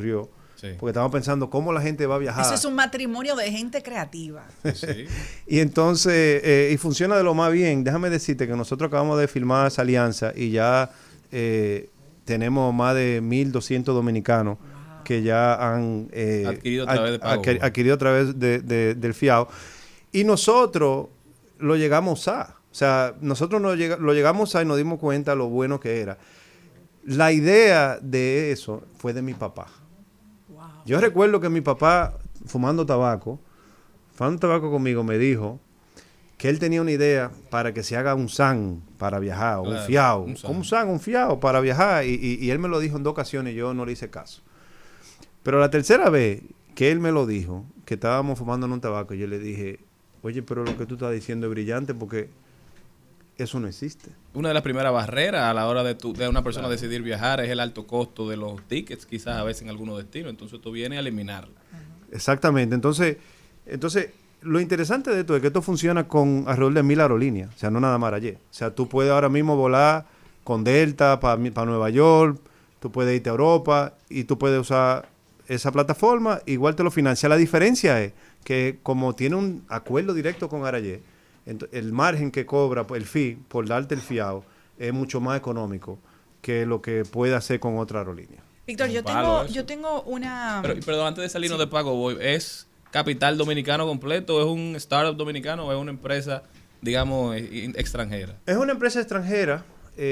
Sí. porque estamos pensando cómo la gente va a viajar. Eso es un matrimonio de gente creativa. Sí. Y entonces, y funciona de lo más bien. Déjame decirte que nosotros acabamos de firmar esa alianza y ya tenemos más de 1.200 dominicanos que ya han Adquirido a través de Pago. adquirido a través del FIAO. Y nosotros lo llegamos a. O sea, nosotros lo llegamos a y nos dimos cuenta lo bueno que era. La idea de eso fue de mi papá. Wow. Yo recuerdo que mi papá, fumando tabaco conmigo, me dijo que él tenía una idea para que se haga un SAN para viajar, o Claro, un FIAO. un SAN. ¿Cómo un SAN? Un FIAO para viajar. Y él me lo dijo en 2 ocasiones y yo no le hice caso. Pero la tercera vez que él me lo dijo, que estábamos fumando en un tabaco, yo le dije, oye, pero lo que tú estás diciendo es brillante porque eso no existe. Una de las primeras barreras a la hora de una persona decidir viajar es el alto costo de los tickets, quizás a veces en algunos destinos. Entonces tú vienes a eliminarlo. Exactamente. Entonces, lo interesante de esto es que esto funciona con alrededor de 1.000 aerolíneas. O sea, no nada más ayer. O sea, tú puedes ahora mismo volar con Delta para Nueva York, tú puedes irte a Europa y tú puedes usar esa plataforma. Igual te lo financia. La diferencia es que como tiene un acuerdo directo con Arayet, el margen que cobra, el fee, por darte el fiado, es mucho más económico que lo que puede hacer con otra aerolínea. Víctor, yo tengo una... Pero, perdón, antes de salirnos de Pago Boy, ¿es capital dominicano completo? ¿Es un startup dominicano o es una empresa, digamos, extranjera? Es una empresa extranjera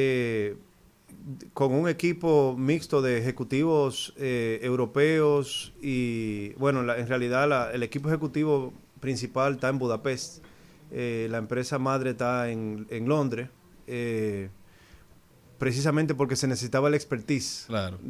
con un equipo mixto de ejecutivos europeos y, bueno, en realidad el equipo ejecutivo principal está en Budapest. La empresa madre está en Londres, precisamente porque se necesitaba el expertise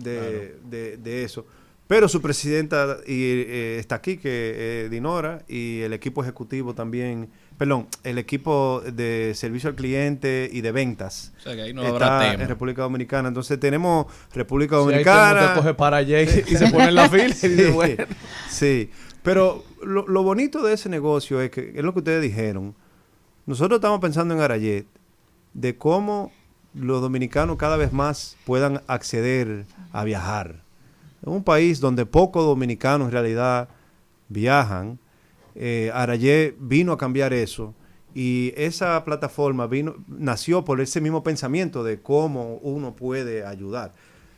de eso. Pero su presidenta está aquí, que es Dinora, y el equipo ejecutivo también, el equipo de servicio al cliente y de ventas. O sea, que ahí no está habrá tema. en República Dominicana. Entonces tenemos República Si hay Dominicana. que coge para allá y se pone en la fila y dice, bueno. Sí, pero lo bonito de ese negocio es que es lo que ustedes dijeron. Nosotros estamos pensando en Arayet, de cómo los dominicanos cada vez más puedan acceder a viajar. En un país donde pocos dominicanos en realidad viajan, Arayet vino a cambiar eso. Y esa plataforma nació por ese mismo pensamiento de cómo uno puede ayudar.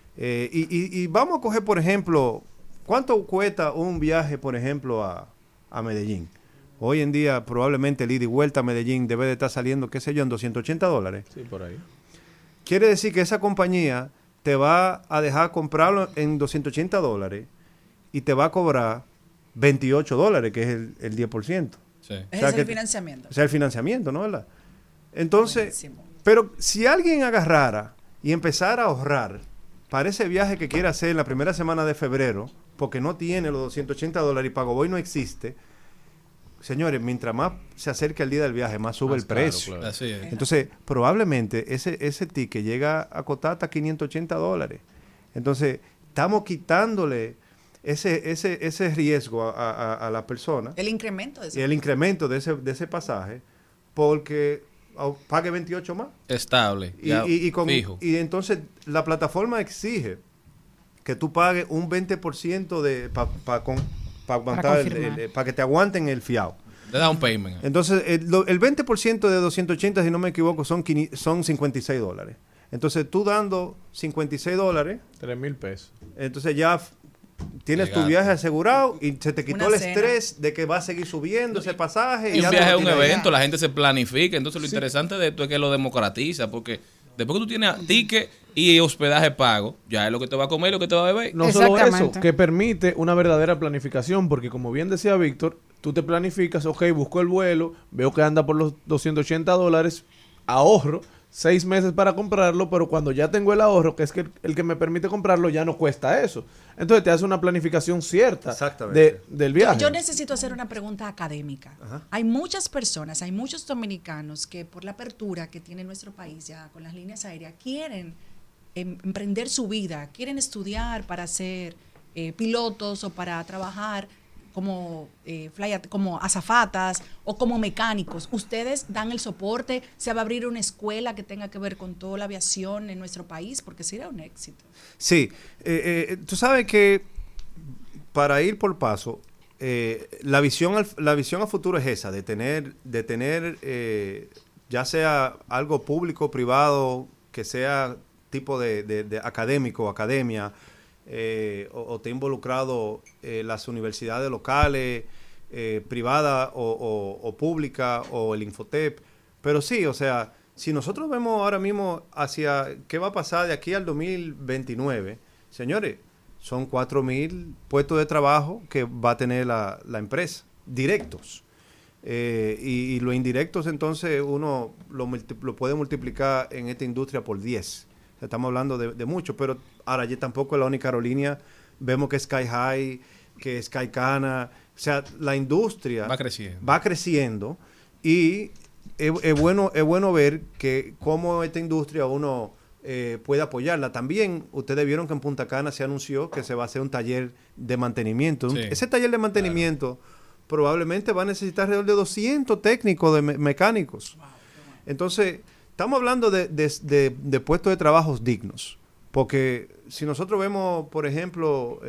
Y vamos a coger, por ejemplo, ¿cuánto cuesta un viaje, por ejemplo, a Medellín? Hoy en día probablemente el ida y vuelta a Medellín debe de estar saliendo, qué sé yo, en $280. Sí, por ahí. Quiere decir que esa compañía te va a dejar comprarlo en $280 y te va a cobrar $28, que es el 10%. Sí. Ese es el financiamiento. O sea, el financiamiento, ¿no? ¿Verdad? Entonces, Buenísimo. pero si alguien agarrara y empezara a ahorrar para ese viaje que quiere hacer en la primera semana de febrero, porque no tiene los $280 y Pagoboy no existe, señores, mientras más se acerca el día del viaje, más sube Más el caro, precio. claro. Así es. Entonces, probablemente ese ticket llega a costar hasta $580. Entonces, estamos quitándole ese riesgo a la persona. El incremento de eso. Y el incremento de ese pasaje, porque pague 28 más. Estable. Ya fijo. Y entonces la plataforma exige que tú pagues un 20% para que te aguanten el fiado. Le da un payment. Entonces, el 20% de 280, si no me equivoco, son $56. Entonces, tú dando $56, 3,000 pesos. entonces ya tienes tu Llegaste. viaje asegurado y se te quitó Una el cena. estrés de que va a seguir subiendo ese pasaje. Y un ya viaje no es un tienes- evento, la gente se planifica. Entonces lo interesante de esto es que lo democratiza, porque después que tú tienes ticket y hospedaje pago, ya es lo que te va a comer y lo que te va a beber. No solo eso, Exactamente. que permite una verdadera planificación, porque como bien decía Víctor, tú te planificas, ok, busco el vuelo, veo que anda por los $280, ahorro 6 meses para comprarlo, pero cuando ya tengo el ahorro, que es el que me permite comprarlo, ya no cuesta eso. Entonces te hace una planificación cierta Exactamente. del viaje. Yo necesito hacer una pregunta académica. Ajá. Hay muchas personas, hay muchos dominicanos que por la apertura que tiene nuestro país ya con las líneas aéreas quieren emprender su vida, quieren estudiar para ser pilotos o para trabajar como como azafatas o como mecánicos. Ustedes dan el soporte, se va a abrir una escuela que tenga que ver con toda la aviación en nuestro país, porque sería un éxito. Sí, tú sabes que para ir por paso, la visión a futuro es esa, de tener ya sea algo público o privado, que sea tipo de académico o academia, o te ha involucrado las universidades locales, privada o pública, o el Infotep. Pero sí, o sea, si nosotros vemos ahora mismo hacia qué va a pasar de aquí al 2029, señores, son 4,000 puestos de trabajo que va a tener la empresa, directos. Y los indirectos, entonces, uno lo puede multiplicar en esta industria por 10. O sea, estamos hablando de mucho, pero ahora ya tampoco es la única aerolínea. Vemos que Sky High, que Sky Cana, o sea, la industria va creciendo y es bueno ver que cómo esta industria uno puede apoyarla. También ustedes vieron que en Punta Cana se anunció que se va a hacer un taller de mantenimiento. Sí. Ese taller de mantenimiento probablemente va a necesitar alrededor de 200 técnicos de mecánicos. Entonces, estamos hablando de puestos de trabajo dignos. Porque si nosotros vemos, por ejemplo,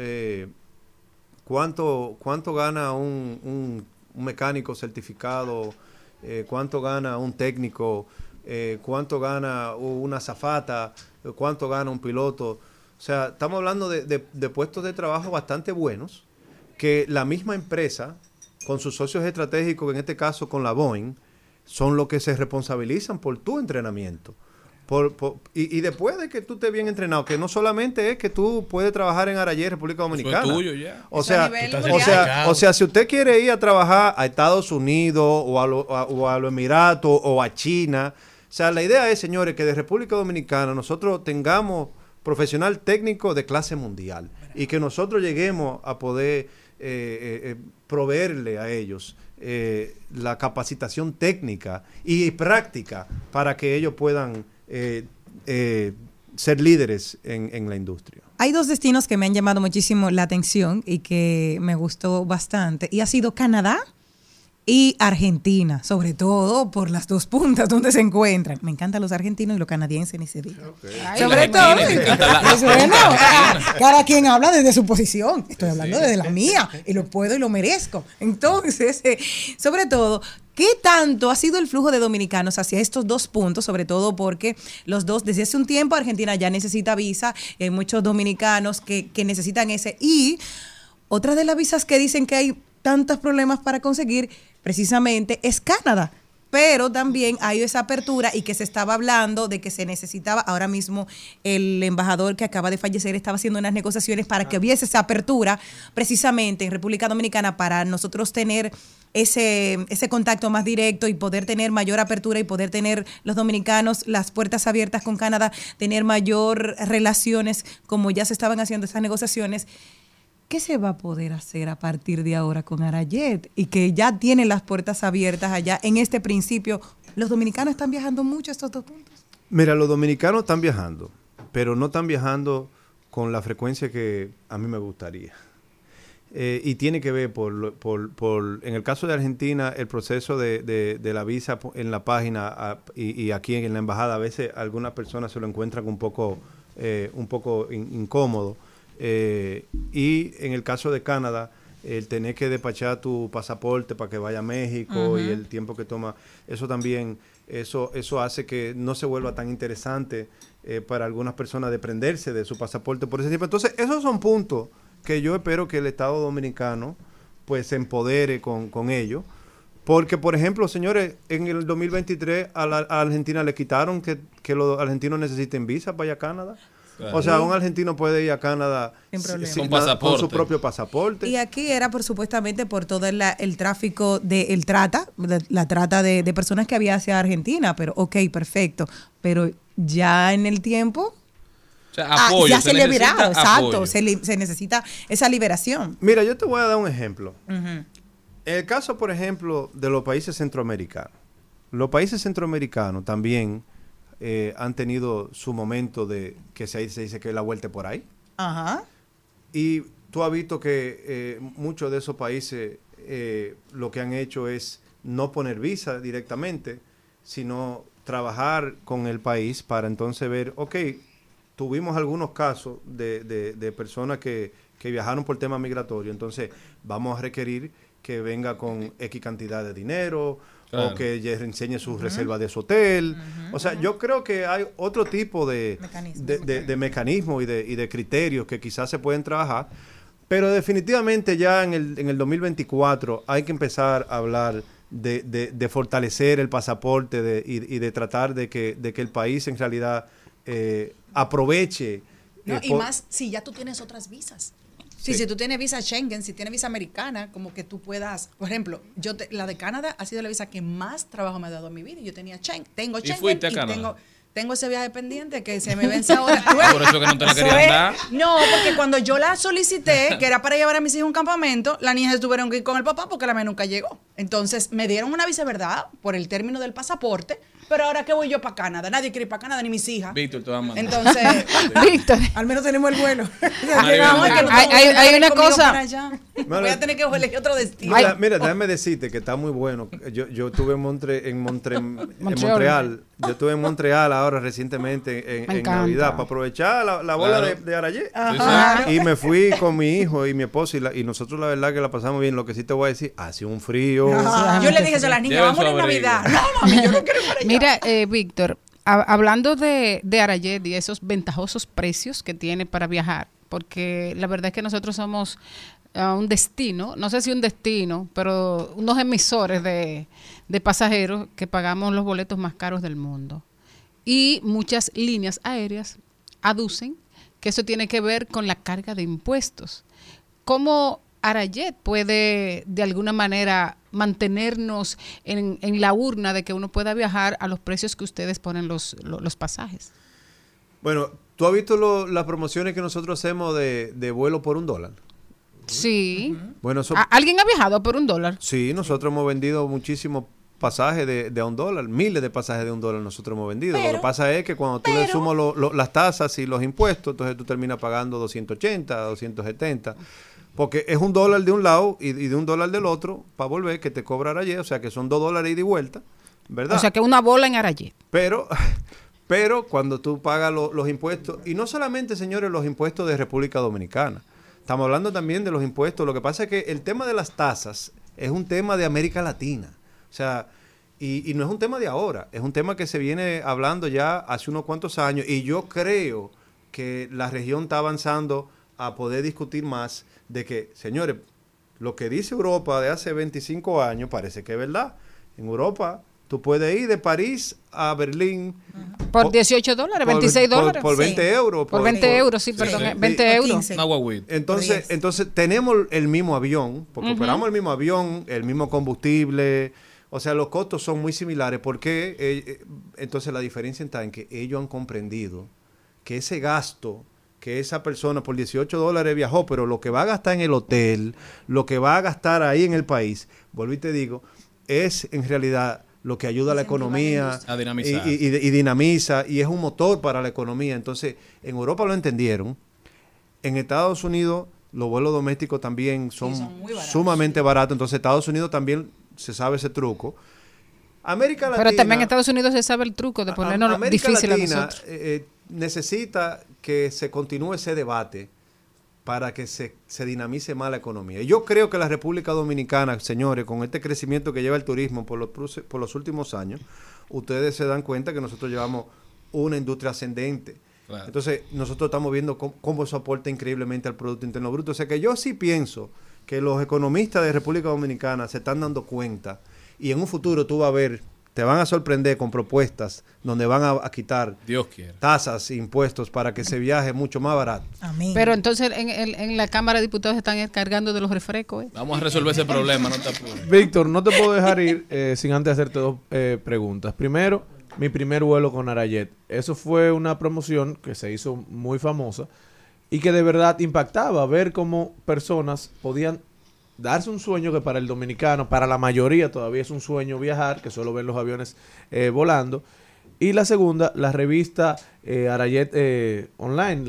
cuánto gana un mecánico certificado, cuánto gana un técnico, cuánto gana una azafata, cuánto gana un piloto. O sea, estamos hablando de puestos de trabajo bastante buenos, que la misma empresa, con sus socios estratégicos, en este caso con la Boeing, son los que se responsabilizan por tu entrenamiento. Y después de que tú estés bien entrenado, que no solamente es que tú puedes trabajar en Arayet, República Dominicana. Eso es tuyo ya. O sea, si usted quiere ir a trabajar a Estados Unidos o a los Emiratos o a China, o sea, la idea es, señores, que de República Dominicana nosotros tengamos profesional técnico de clase mundial y que nosotros lleguemos a poder proveerle a ellos la capacitación técnica y práctica para que ellos puedan ser líderes en la industria. Hay dos destinos que me han llamado muchísimo la atención y que me gustó bastante, y ha sido Canadá y Argentina, sobre todo por las dos puntas donde se encuentran. Me encantan los argentinos y los canadienses en ese día. Okay. Sobre todo, bueno, cada quien habla desde su posición. Estoy hablando desde la mía y lo puedo y lo merezco. Entonces, sobre todo, ¿qué tanto ha sido el flujo de dominicanos hacia estos dos puntos? Sobre todo porque los dos, desde hace un tiempo, Argentina ya necesita visa, y hay muchos dominicanos que necesitan ese. Y otra de las visas que dicen que hay tantos problemas para conseguir, precisamente, es Canadá. Pero también hay esa apertura y que se estaba hablando de que se necesitaba, ahora mismo el embajador que acaba de fallecer estaba haciendo unas negociaciones para que hubiese esa apertura precisamente en República Dominicana para nosotros tener ese contacto más directo y poder tener mayor apertura y poder tener los dominicanos las puertas abiertas con Canadá, tener mayor relaciones como ya se estaban haciendo esas negociaciones. ¿Qué se va a poder hacer a partir de ahora con Arayet? Y que ya tiene las puertas abiertas allá. En este principio, ¿los dominicanos están viajando mucho a estos dos puntos? Mira, los dominicanos están viajando, pero no están viajando con la frecuencia que a mí me gustaría. Y tiene que ver en el caso de Argentina, el proceso de la visa en la página y aquí en la embajada, a veces algunas personas se lo encuentran un poco incómodo. Y en el caso de Canadá, el tener que despachar tu pasaporte para que vaya a México y el tiempo que toma, eso también, eso hace que no se vuelva tan interesante para algunas personas desprenderse de su pasaporte por ese tiempo. Entonces, esos son puntos que yo espero que el Estado Dominicano pues se empodere con ellos. Porque, por ejemplo, señores, en el 2023 a Argentina le quitaron que los argentinos necesiten visa para ir a Canadá. Claro. O sea, un argentino puede ir a Canadá con su propio pasaporte. Y aquí era supuestamente por todo el tráfico la trata de personas que había hacia Argentina, pero ok, perfecto. Pero ya en el tiempo, o sea, apoyo, ya se liberado, exacto, se necesita esa liberación. Mira, yo te voy a dar un ejemplo. En el caso, por ejemplo, de los países centroamericanos. Los países centroamericanos también han tenido su momento de que se dice que la vuelta por ahí. Ajá. Y tú has visto que muchos de esos países lo que han hecho es no poner visa directamente, sino trabajar con el país para entonces ver, ok, tuvimos algunos casos de personas que que viajaron por tema migratorio. Entonces, vamos a requerir que venga con X cantidad de dinero, Claro. o que ella enseñe sus reservas de su hotel. O sea, yo creo que hay otro tipo de mecanismos y de criterios que quizás se pueden trabajar, pero definitivamente ya en el 2024 hay que empezar a hablar de fortalecer el pasaporte y de tratar de que el país en realidad aproveche. No, y más si ya tú tienes otras visas. Sí, si tú tienes visa Schengen, si tienes visa americana, como que tú puedas, por ejemplo, la de Canadá ha sido la visa que más trabajo me ha dado en mi vida. Yo tengo Schengen fuiste a Canadá? tengo ese viaje pendiente que se me vence ahora. Por eso que no te la querían dar. No, porque cuando yo la solicité, que era para llevar a mis hijos a un campamento, las niñas tuvieron que ir con el papá porque la mía nunca llegó. Entonces me dieron una visa, ¿verdad? Por el término del pasaporte, pero ahora que voy yo para Canadá, nadie quiere ir para Canadá, ni mis hijas. Víctor, te va a mandar. Entonces, Víctor, Al menos tenemos el vuelo. hay una cosa. Voy a tener que elegir otro destino. Mira, déjame decirte que está muy bueno. Yo estuve en Montreal. Yo estuve en Montreal ahora recientemente en Navidad para aprovechar la bola Claro. de Arayet. Ajá. Y me fui con mi hijo y mi esposo y nosotros la verdad que la pasamos bien. Lo que sí te voy a decir, hace un frío. Yo le dije eso a las niñas, Lleven vamos su en abrigo. Navidad. No, mami, yo no quiero ir para allá. Mira, Víctor, hablando de Arayet y esos ventajosos precios que tiene para viajar, porque la verdad es que nosotros somos un destino, no sé si un destino, pero unos emisores de pasajeros que pagamos los boletos más caros del mundo. Y muchas líneas aéreas aducen que eso tiene que ver con la carga de impuestos. ¿Cómo Arayet puede de alguna manera mantenernos en la urna de que uno pueda viajar a los precios que ustedes ponen los pasajes? Bueno, ¿tú has visto las promociones que nosotros hacemos de vuelo por $1? Sí. Bueno, eso, ¿Alguien ha viajado por $1? sí, nosotros hemos vendido muchísimos pasajes de $1, miles de pasajes de $1 nosotros hemos vendido. Lo que pasa es que cuando tú le sumas las tasas y los impuestos, entonces tú terminas pagando 280, 270, porque es $1 de un lado y de $1 del otro para volver, que te cobra Arayet, o sea que son $2 ida y vuelta, ¿verdad? O sea que una bola en Arayet. Pero cuando tú pagas los impuestos, y no solamente, señores, los impuestos de República Dominicana, estamos hablando también de los impuestos. Lo que pasa es que el tema de las tasas es un tema de América Latina. O sea, y no es un tema de ahora, es un tema que se viene hablando ya hace unos cuantos años, y yo creo que la región está avanzando a poder discutir más de que, señores, lo que dice Europa de hace 25 años parece que es verdad. En Europa tú puedes ir de París a Berlín Por $18, $26. por 20 euros. Por 20 euros, sí, perdón, 20 euros. Una guaguita. Entonces tenemos el mismo avión, porque operamos el mismo avión, el mismo combustible, o sea, los costos son muy similares, porque entonces la diferencia está en que ellos han comprendido que ese gasto que esa persona por $18 viajó, pero lo que va a gastar en el hotel, lo que va a gastar ahí en el país, vuelvo y te digo, es en realidad lo que ayuda a la economía a dinamizar. y dinamiza, y es un motor para la economía. Entonces, en Europa lo entendieron. En Estados Unidos, los vuelos domésticos también son muy baratos. sumamente baratos. Entonces, Estados Unidos también se sabe ese truco. América Latina... Pero también en Estados Unidos se sabe el truco de ponernos América difícil Latina, a nosotros. necesita que se continúe ese debate para que se dinamice más la economía. Y yo creo que la República Dominicana, señores, con este crecimiento que lleva el turismo por los últimos años, ustedes se dan cuenta que nosotros llevamos una industria ascendente. Claro. Entonces, nosotros estamos viendo cómo eso aporta increíblemente al Producto Interno Bruto. O sea que yo sí pienso que los economistas de República Dominicana se están dando cuenta, y en un futuro tú vas a ver, te van a sorprender con propuestas donde van a quitar Dios quiera. tasas e impuestos para que se viaje mucho más barato. Amén. Pero entonces en la Cámara de Diputados están encargando de los refrescos. Vamos a resolver ese problema, no te apures. Víctor, no te puedo dejar ir sin antes hacerte dos preguntas. Primero, mi primer vuelo con Arayet. Eso fue una promoción que se hizo muy famosa y que de verdad impactaba ver cómo personas podían darse un sueño que para el dominicano, para la mayoría todavía es un sueño viajar, que solo ven los aviones volando. Y la segunda, la revista Arayet Online,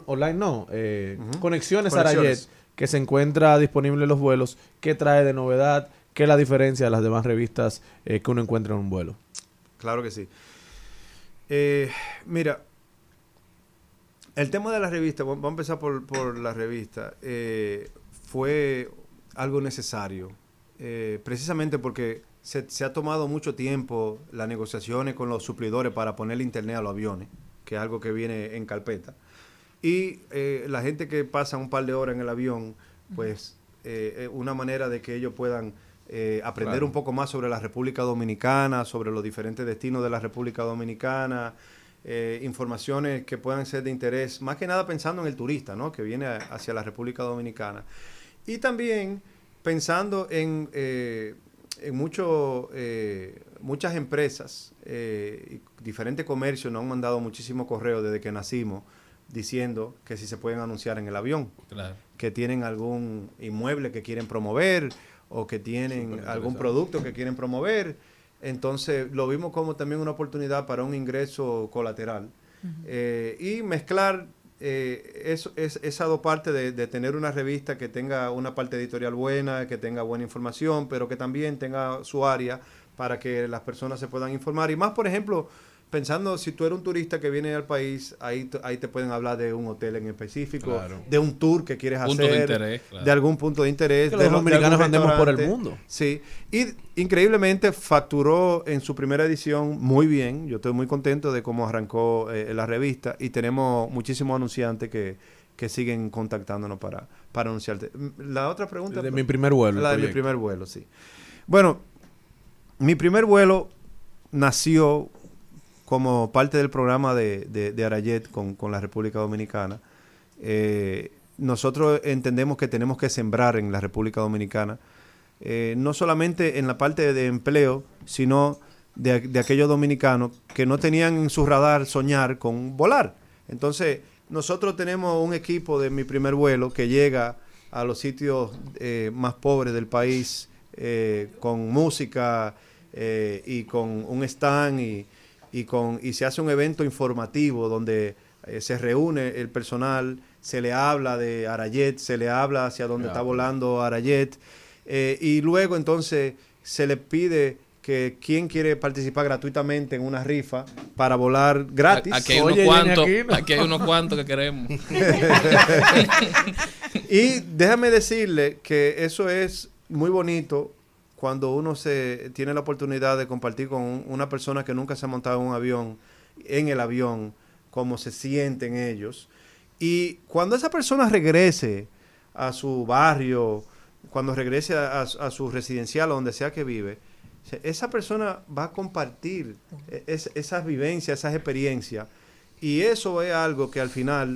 Conexiones Arayet, que se encuentra disponible en los vuelos. ¿Qué trae de novedad? ¿Qué es la diferencia de las demás revistas que uno encuentra en un vuelo? Claro que sí. Mira, El tema de la revista, vamos a empezar por la revista, fue algo necesario, precisamente porque se ha tomado mucho tiempo las negociaciones con los suplidores para ponerle internet a los aviones, que es algo que viene en carpeta. Y la gente que pasa un par de horas en el avión, pues una manera de que ellos puedan aprender un poco más sobre la República Dominicana, sobre los diferentes destinos de la República Dominicana, informaciones que puedan ser de interés, más que nada pensando en el turista, ¿no?, que viene hacia la República Dominicana. Y también pensando en muchas empresas, diferentes comercios nos han mandado muchísimos correos desde que nacimos diciendo que si se pueden anunciar en el avión, que tienen algún inmueble que quieren promover o que tienen algún producto que quieren promover. Entonces lo vimos como también una oportunidad para un ingreso colateral. Y mezclar esa dos partes de tener una revista que tenga una parte editorial buena, que tenga buena información, pero que también tenga su área para que las personas se puedan informar. Y más, por ejemplo, pensando, si tú eres un turista que viene al país, ahí te pueden hablar de un hotel en específico, de un tour que quieres punto hacer, de interés, de algún punto de interés. Que los dominicanos andemos por el mundo. Sí, y increíblemente facturó en su primera edición muy bien. Yo estoy muy contento de cómo arrancó la revista y tenemos muchísimos anunciantes que siguen contactándonos para anunciarte. La otra pregunta... De mi primer vuelo. La de mi primer vuelo, sí. Bueno, mi primer vuelo nació como parte del programa de Arayet con la República Dominicana. Nosotros entendemos que tenemos que sembrar en la República Dominicana, no solamente en la parte de empleo, sino de aquellos dominicanos que no tenían en su radar soñar con volar. Entonces, nosotros tenemos un equipo de mi primer vuelo que llega a los sitios más pobres del país con música y con un stand y se hace un evento informativo donde se reúne el personal, se le habla de Arayet, se le habla hacia dónde está volando Arayet, y luego entonces se le pide que quien quiere participar gratuitamente en una rifa para volar gratis. Aquí hay unos cuantos que queremos. Y déjame decirle que eso es muy bonito cuando uno tiene la oportunidad de compartir con una persona que nunca se ha montado en el avión, cómo se sienten ellos. Y cuando esa persona regrese a su barrio, cuando regrese a su residencial o donde sea que vive, esa persona va a compartir esas vivencias, esas experiencias. Y eso es algo que al final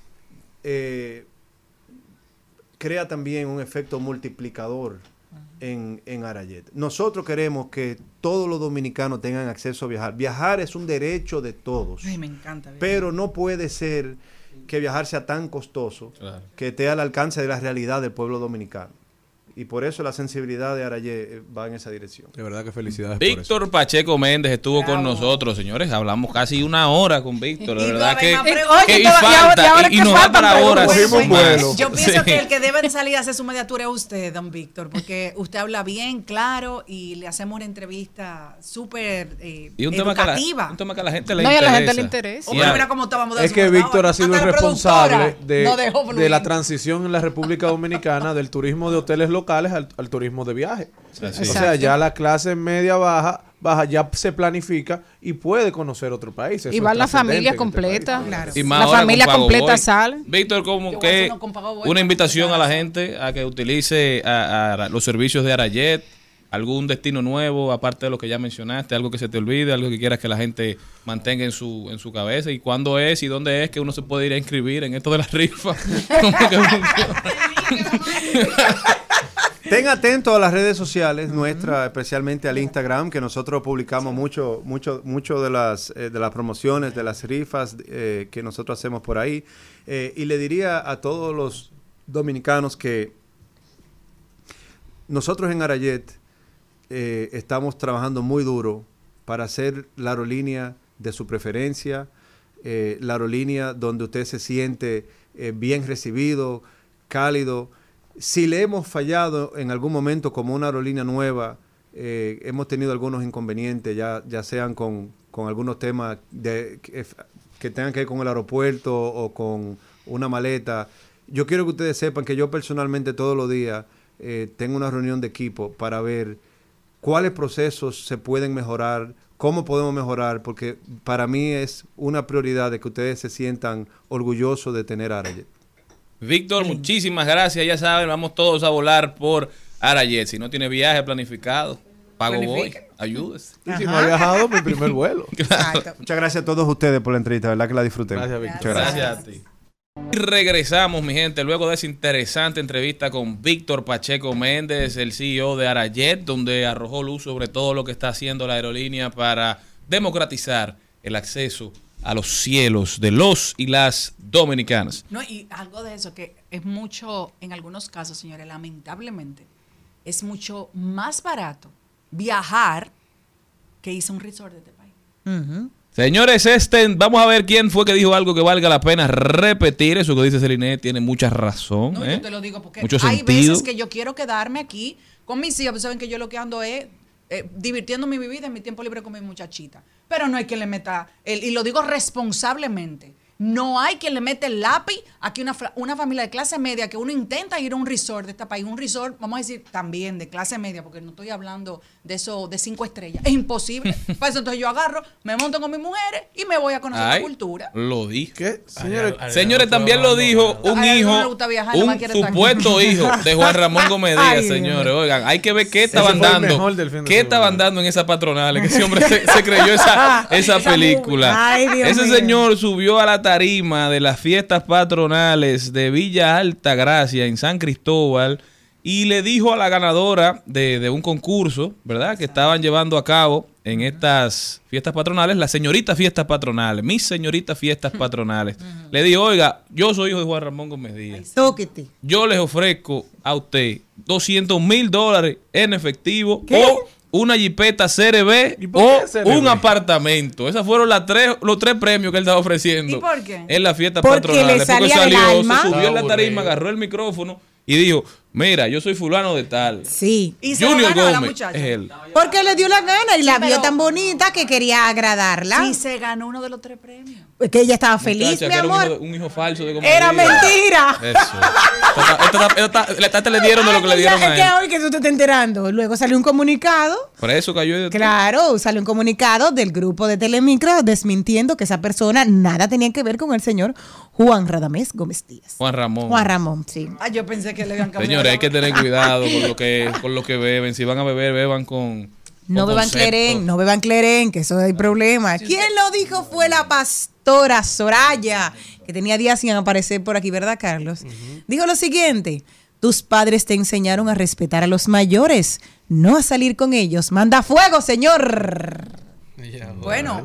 crea también un efecto multiplicador en Arayet. Nosotros queremos que todos los dominicanos tengan acceso a viajar. Viajar es un derecho de todos. Ay, me encanta. Pero no puede ser que viajar sea tan costoso que esté al alcance de la realidad del pueblo dominicano. Y por eso la sensibilidad de Arayet va en esa dirección. De verdad que felicidades. Víctor Pacheco Méndez estuvo con nosotros, señores. Hablamos casi una hora con Víctor. De verdad que y nos da para horas. Yo pienso que el que debe de salir a hacer su mediatura es usted, don Víctor, porque usted habla bien, claro, y le hacemos una entrevista súper educativa. Un tema que a la gente le interesa. No, y a la gente le interesa. Mira cómo estábamos de es que Víctor ha sido el responsable de la transición en la República Dominicana del turismo de hoteles locales al turismo de viaje. Sí. O sea, ya la clase media baja ya se planifica y puede conocer otro país. Y va la familia completa. Claro. Y la familia completa sale. Víctor, como que una invitación a la gente a que utilice a los servicios de Arayet, algún destino nuevo, aparte de lo que ya mencionaste, algo que se te olvide, algo que quieras que la gente mantenga en su cabeza, y cuándo es y dónde es que uno se puede ir a inscribir en esto de la rifa. Estén atentos a las redes sociales nuestras, especialmente al Instagram, que nosotros publicamos mucho de las promociones, de las rifas que nosotros hacemos por ahí. Y le diría a todos los dominicanos que nosotros en Arayet estamos trabajando muy duro para hacer la aerolínea de su preferencia, la aerolínea donde usted se siente bien recibido, cálido. Si le hemos fallado en algún momento como una aerolínea nueva, hemos tenido algunos inconvenientes, ya sean con algunos temas que tengan que ver con el aeropuerto o con una maleta. Yo quiero que ustedes sepan que yo personalmente todos los días tengo una reunión de equipo para ver cuáles procesos se pueden mejorar, cómo podemos mejorar, porque para mí es una prioridad de que ustedes se sientan orgullosos de tener Arajet. Víctor, muchísimas gracias. Ya saben, vamos todos a volar por Arajet. Si no tiene viaje planificado, pago voy. Ayúdese. Y si no ha viajado, mi primer vuelo. Claro. Muchas gracias a todos ustedes por la entrevista, ¿verdad? Que la disfruté. Gracias, Víctor. Muchas gracias. Gracias a ti. Y regresamos, mi gente, luego de esa interesante entrevista con Víctor Pacheco Méndez, el CEO de Arajet, donde arrojó luz sobre todo lo que está haciendo la aerolínea para democratizar el acceso a los cielos de los y las dominicanas. No, y algo de eso que es mucho, en algunos casos, señores, lamentablemente, es mucho más barato viajar que irse a un resort de este país. Señores, vamos a ver quién fue que dijo algo que valga la pena repetir. Eso que dice Celine tiene mucha razón. No, yo te lo digo porque mucho hay sentido. veces que yo quiero quedarme aquí con mis hijos. Saben que yo lo que ando es divirtiendo mi vida en mi tiempo libre con mi muchachita. Pero no hay quien le meta, y lo digo responsablemente, no hay quien le mete el lápiz aquí una familia de clase media que uno intenta ir a un resort de este país, un resort, vamos a decir, también de clase media, porque no estoy hablando de eso de 5 estrellas. Es imposible. Para eso entonces yo agarro, me monto con mis mujeres y me voy a conocer la cultura. Lo dije. ¿Qué? Señores, también lo dijo un hijo, un supuesto hijo de Juan Ramón Gómez Díaz, señores. Oigan, hay que ver qué estaban dando. ¿Qué estaban dando en esas patronales? Que ese hombre se creyó esa película. Ay, Dios Ese mío. señor subió a la tarima de las fiestas patronales de Villa Altagracia en San Cristóbal y le dijo a la ganadora de un concurso, ¿verdad?, que estaban llevando a cabo en estas fiestas patronales, las señoritas fiestas patronales, mis señoritas fiestas patronales. Le dijo, oiga, yo soy hijo de Juan Ramón Gómez Díaz. Tóquete. Yo les ofrezco a usted $200,000 en efectivo o una jipeta CRB o un apartamento. Esos fueron los tres premios que él estaba ofreciendo. ¿Y por qué? En la fiesta Porque patronal. le salía del alma. Se subió en la tarima, agarró el micrófono y dijo, mira, yo soy fulano de tal. Sí. Y se lo Junior ganó a la Gómez muchacha. es él. Porque le dio la gana y la vio pero- tan bonita que quería agradarla. Sí, se ganó uno de los 3 premios. Que ella estaba feliz, Muchacha, mi que era amor. un hijo falso de Gómez Era Díaz. mentira. Eso. Esta le dieron de lo que le dieron Es a que él. hoy que tú te estás enterando. Luego salió un comunicado. Por eso cayó de Claro, salió un comunicado del grupo de Telemicro desmintiendo que esa persona nada tenía que ver con el señor Juan Radamés Gómez Díaz. Juan Ramón. Juan Ramón, sí. Ah, yo pensé que le habían cambiado. Señores, hay que tener cuidado con lo que beben. Si van a beber, beban con No beban concepto. Cleren, no beban Cleren, que eso hay problema. ¿Quién lo dijo? Fue la pastora Soraya, que tenía días sin aparecer por aquí, ¿verdad, Carlos? Dijo lo siguiente: tus padres te enseñaron a respetar a los mayores, no a salir con ellos. ¡Manda fuego, señor! Bueno.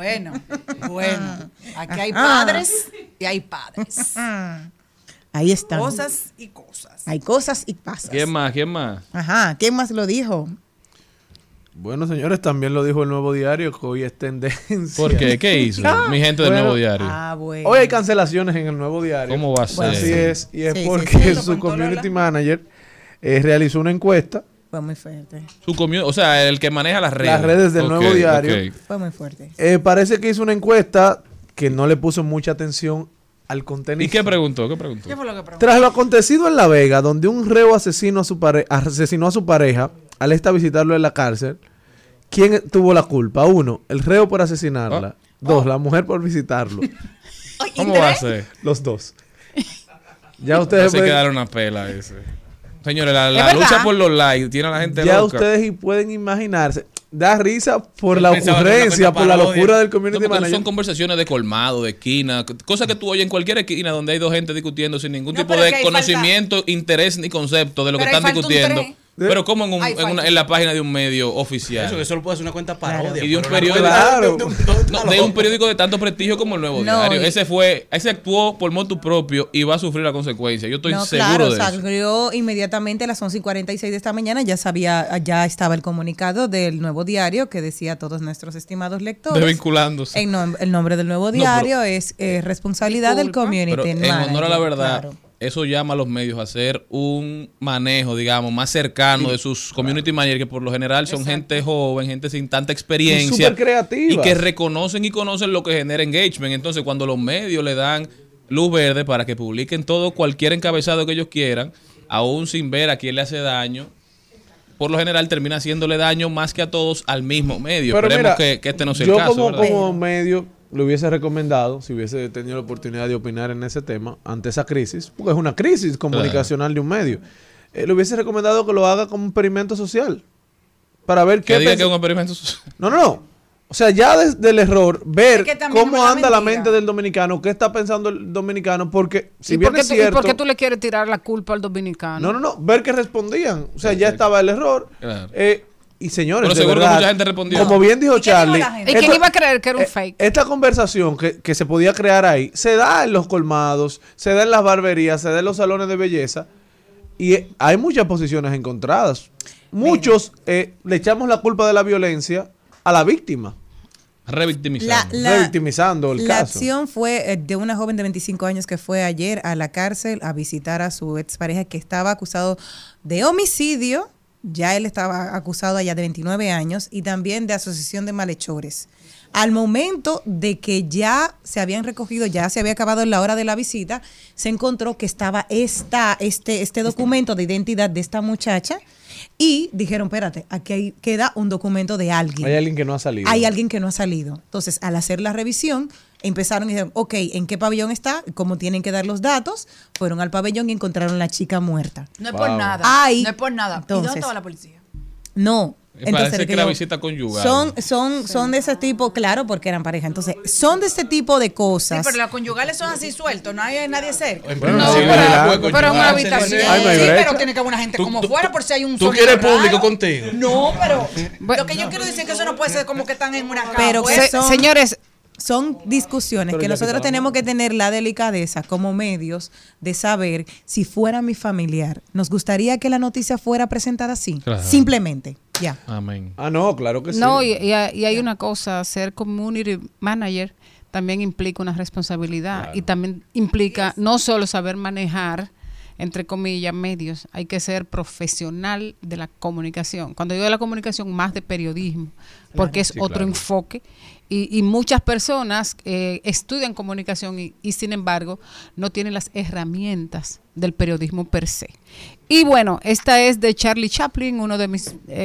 Aquí hay padres y hay padres. Ahí están. Cosas y cosas. Hay cosas y pasas. ¿Quién más? ¿Quién más? Ajá, ¿quién más lo dijo? Bueno, señores, también lo dijo el Nuevo Diario, que hoy es tendencia. ¿Por qué? ¿Qué hizo? Mi gente del Bueno, Nuevo Diario. Ah, bueno. Hoy hay cancelaciones en el Nuevo Diario. ¿Cómo va a ser? Así es, y es Sí, porque sí, sí. Lo su contó community Lola. manager realizó una encuesta. Fue muy fuerte. O sea, el que maneja las redes. Las redes del Nuevo Diario. ok. Fue muy fuerte. Parece que hizo una encuesta que no le puso mucha atención al contenido. ¿Y qué preguntó? ¿Qué preguntó? ¿Qué fue lo que preguntó? Tras lo acontecido en La Vega, donde un reo asesinó a su pareja al esta visitarlo en la cárcel, ¿quién tuvo la culpa? 1, el reo por asesinarla. 2, la mujer por visitarlo. Ay, ¿Cómo ¿y va a 3? ser? Los dos. Ya ustedes Hay que pueden, darle una pela ese. Señores, la verdad. lucha por los likes tiene a la gente ya loca. ustedes pueden imaginarse. Da risa por Yo la pensaba que era una ocurrencia, cuenta por la parodia. locura del No, community porque manager. son conversaciones de colmado, de esquina, cosas que tú oyes en cualquier esquina donde hay dos gente discutiendo sin ningún No, tipo pero de que ahí conocimiento, interés ni concepto de lo que Pero ahí están falta un discutiendo. tres. Pero como en, Ahí falta. en la página de un medio oficial. Eso, que solo puede ser una cuenta parodia. Y de un pero una periódico, cuenta- de un periódico de tanto prestigio como el Nuevo No, Diario. y- Ese actuó por motu propio y va a sufrir la consecuencia. Yo estoy No, seguro claro, de eso. salió inmediatamente a las 11:46 de esta mañana. Ya estaba el comunicado del Nuevo Diario que decía a todos nuestros estimados lectores. Desvinculándose. El nombre del Nuevo pero- Diario es responsabilidad del Disculpa. community Pero en manager, honor a la verdad, claro. eso llama a los medios a hacer un manejo, digamos, más cercano de sus community managers, que por lo general son gente joven, gente sin tanta experiencia. Y súper creativa. Y que reconocen y conocen lo que genera engagement. Entonces, cuando los medios le dan luz verde para que publiquen todo, cualquier encabezado que ellos quieran, aún sin ver a quién le hace daño, por lo general termina haciéndole daño más que a todos al mismo medio. Pero Esperemos mira, que este no sea el caso, ¿verdad? Yo como medio le hubiese recomendado, si hubiese tenido la oportunidad de opinar en ese tema, ante esa crisis, porque es una crisis comunicacional de un medio, le hubiese recomendado que lo haga como un experimento social. Para ver qué... Que diga que es un experimento social. No. O sea, ya desde el error, ver cómo anda la mentira. mente del dominicano, qué está pensando el dominicano, porque si ¿Y bien por, es qué cierto... ¿Y por qué tú le quieres tirar la culpa al dominicano? No, ver que respondían. O sea, ya estaba el error. Claro. Y señores, Pero de seguro verdad, que mucha gente respondió. como bien dijo Charlie... ¿Y quién iba a creer que era un fake? Esta conversación que se podía crear ahí, se da en los colmados, se da en las barberías, se da en los salones de belleza, y hay muchas posiciones encontradas. Muchos le echamos la culpa de la violencia a la víctima. Revictimizando el La caso. acción fue de una joven de 25 años que fue ayer a la cárcel a visitar a su expareja que estaba acusado de homicidio. Ya él estaba acusado allá de 29 años y también de asociación de malhechores. Al momento de que ya se habían recogido, ya se había acabado la hora de la visita, se encontró que estaba este documento de identidad de esta muchacha y dijeron, espérate, aquí queda un documento de alguien. Hay alguien que no ha salido. Hay alguien que no ha salido. Entonces, al hacer la revisión, empezaron y dijeron, ok, ¿en qué pabellón está? ¿Cómo tienen que dar los datos? Fueron al pabellón y encontraron a la chica muerta. No es por nada. Ay, no es por nada. ¿Y entonces, dónde estaba la policía? No. Parece que era visita conyugal. Son de ese tipo, claro, porque eran pareja. Entonces, son de este tipo de cosas. Sí, pero los conyugales son así sueltos, no hay nadie cerca. Bueno, No, sí, pero en una habitación. Ay, no hay Sí, brecha. pero tiene que haber una gente como fuera por si hay un ¿Tú sonido quieres raro. público contigo? No, pero lo que yo quiero decir es que eso no puede ser como que están en una cama. Pero pues. señores, son discusiones Pero que ya nosotros quitamos. tenemos que tener la delicadeza como medios de saber si fuera mi familiar. Nos gustaría que la noticia fuera presentada así. Claro. Simplemente. Ya. Amén. Ah, no, claro que sí. No, y hay una cosa, ser community manager también implica una responsabilidad y también implica no solo saber manejar, entre comillas, medios, hay que ser profesional de la comunicación. Cuando digo de la comunicación, más de periodismo, porque es otro enfoque. Y muchas personas estudian comunicación y sin embargo no tienen las herramientas del periodismo per se. Y bueno, esta es de Charlie Chaplin, uno de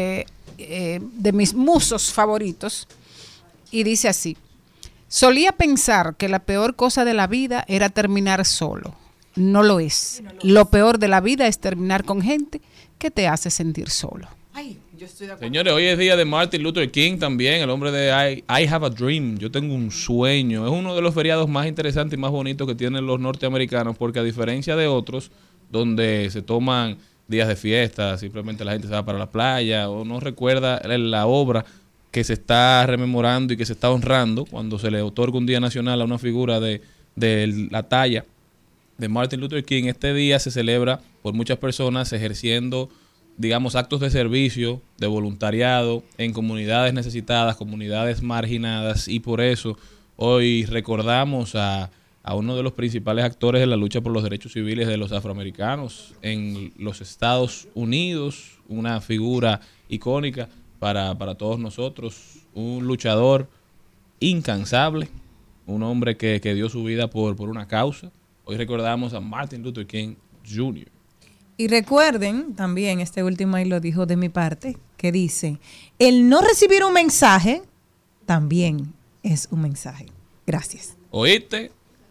mis musos favoritos, y dice así: solía pensar que la peor cosa de la vida era terminar solo. No lo es. Lo peor de la vida es terminar con gente que te hace sentir solo. Ay, yo estoy de acuerdo. Señores, hoy es día de Martin Luther King también, el hombre de I Have a Dream, yo tengo un sueño. Es uno de los feriados más interesantes y más bonitos que tienen los norteamericanos, porque a diferencia de otros, donde se toman días de fiesta, simplemente la gente se va para la playa o no recuerda la obra que se está rememorando y que se está honrando cuando se le otorga un día nacional a una figura de la talla de Martin Luther King. Este día se celebra por muchas personas ejerciendo, digamos, actos de servicio, de voluntariado en comunidades necesitadas, comunidades marginadas, y por eso hoy recordamos a uno de los principales actores de la lucha por los derechos civiles de los afroamericanos en los Estados Unidos, una figura icónica para todos nosotros, un luchador incansable, un hombre que dio su vida por una causa. Hoy recordamos a Martin Luther King Jr. Y recuerden también, este último ahí lo dijo de mi parte, que dice, el no recibir un mensaje también es un mensaje. Gracias. ¿Oíste?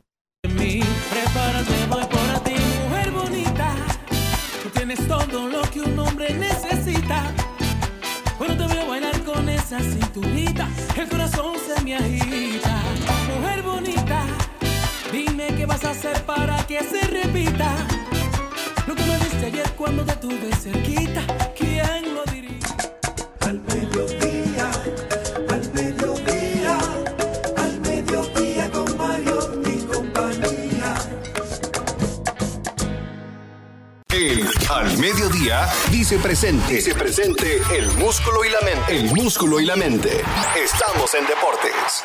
Prepárate, voy por ti, mujer bonita. Tú tienes todo lo que un hombre necesita. Cuando te veo bailar con esa cinturita, el corazón se me agita. Mujer bonita, dime qué vas a hacer para que se repita. Lo que me diste ayer cuando te tuve cerquita, ¿quién lo diría? Al mediodía, al mediodía, al mediodía con Mario y compañía. Al mediodía dice presente. Dice presente el músculo y la mente. El músculo y la mente. Estamos en deportes.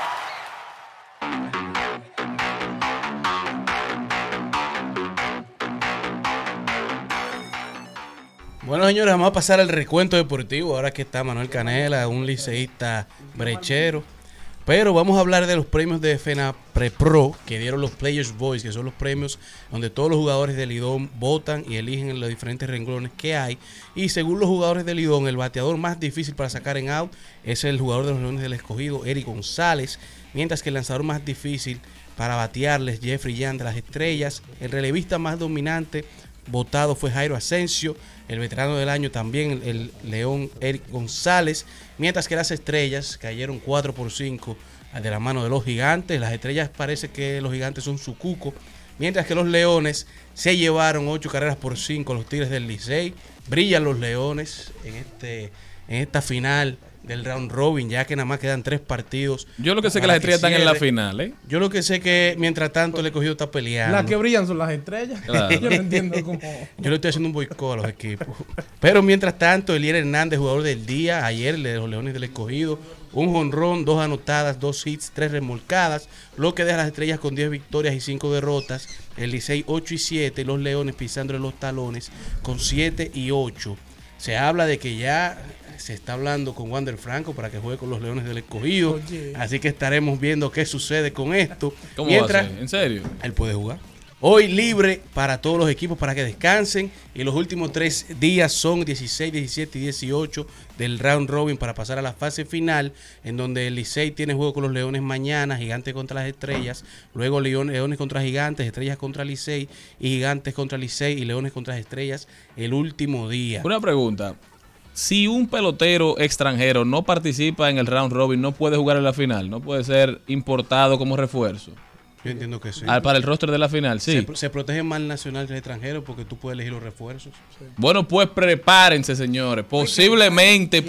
Bueno, señores, vamos a pasar al recuento deportivo. Ahora que está Manuel Canela, un liceísta brechero. Pero vamos a hablar de los premios de FENAPREPRO que dieron los Players Boys, que son los premios donde todos los jugadores del Lidón votan y eligen en los diferentes renglones que hay. Y según los jugadores del Lidón, el bateador más difícil para sacar en out es el jugador de los Leones del Escogido, Eric González, mientras que el lanzador más difícil para batearles, Jeffrey Young de las Estrellas. El relevista más dominante votado fue Jairo Asensio. El veterano del año también, el León Eric González, mientras que las Estrellas cayeron 4-5 de la mano de los Gigantes. Las Estrellas parece que los Gigantes son su cuco, mientras que los Leones se llevaron 8-5 los Tigres del Licey. Brillan los Leones en esta final del round robin, ya que nada más quedan 3 partidos. Yo lo que sé que las Estrellas están en la final, ¿eh? Yo lo que sé que mientras tanto el Escogido está peleando. Las que brillan son las estrellas. Claro. Yo no entiendo cómo. Yo le estoy haciendo un boicot a los equipos. Pero mientras tanto, Elier Hernández, jugador del día, ayer de los Leones del Escogido, un jonrón, 2 anotadas, 2 hits, 3 remolcadas, lo que deja a las Estrellas con 10 victorias y 5 derrotas, el Licey 8-7, los Leones pisándole los talones con 7-8. Se habla de que ya se está hablando con Wander Franco para que juegue con los Leones del Escogido. Oye. Así que estaremos viendo qué sucede con esto. ¿Cómo va a ser? ¿En serio? Él puede jugar. Hoy libre para todos los equipos para que descansen. Y los últimos 3 días son 16, 17 y 18 del round robin para pasar a la fase final, en donde el Licey tiene juego con los Leones mañana, Gigantes contra las Estrellas, luego Leones contra Gigantes, Estrellas contra Licey y Gigantes contra Licey y Leones contra las Estrellas el último día. Una pregunta. Si un pelotero extranjero no participa en el round robin, no puede jugar en la final, no puede ser importado como refuerzo. Yo entiendo que sí. Para el roster de la final, sí. Se protege más el nacional que el extranjero porque tú puedes elegir los refuerzos. Sí. Bueno, pues prepárense, señores. Posiblemente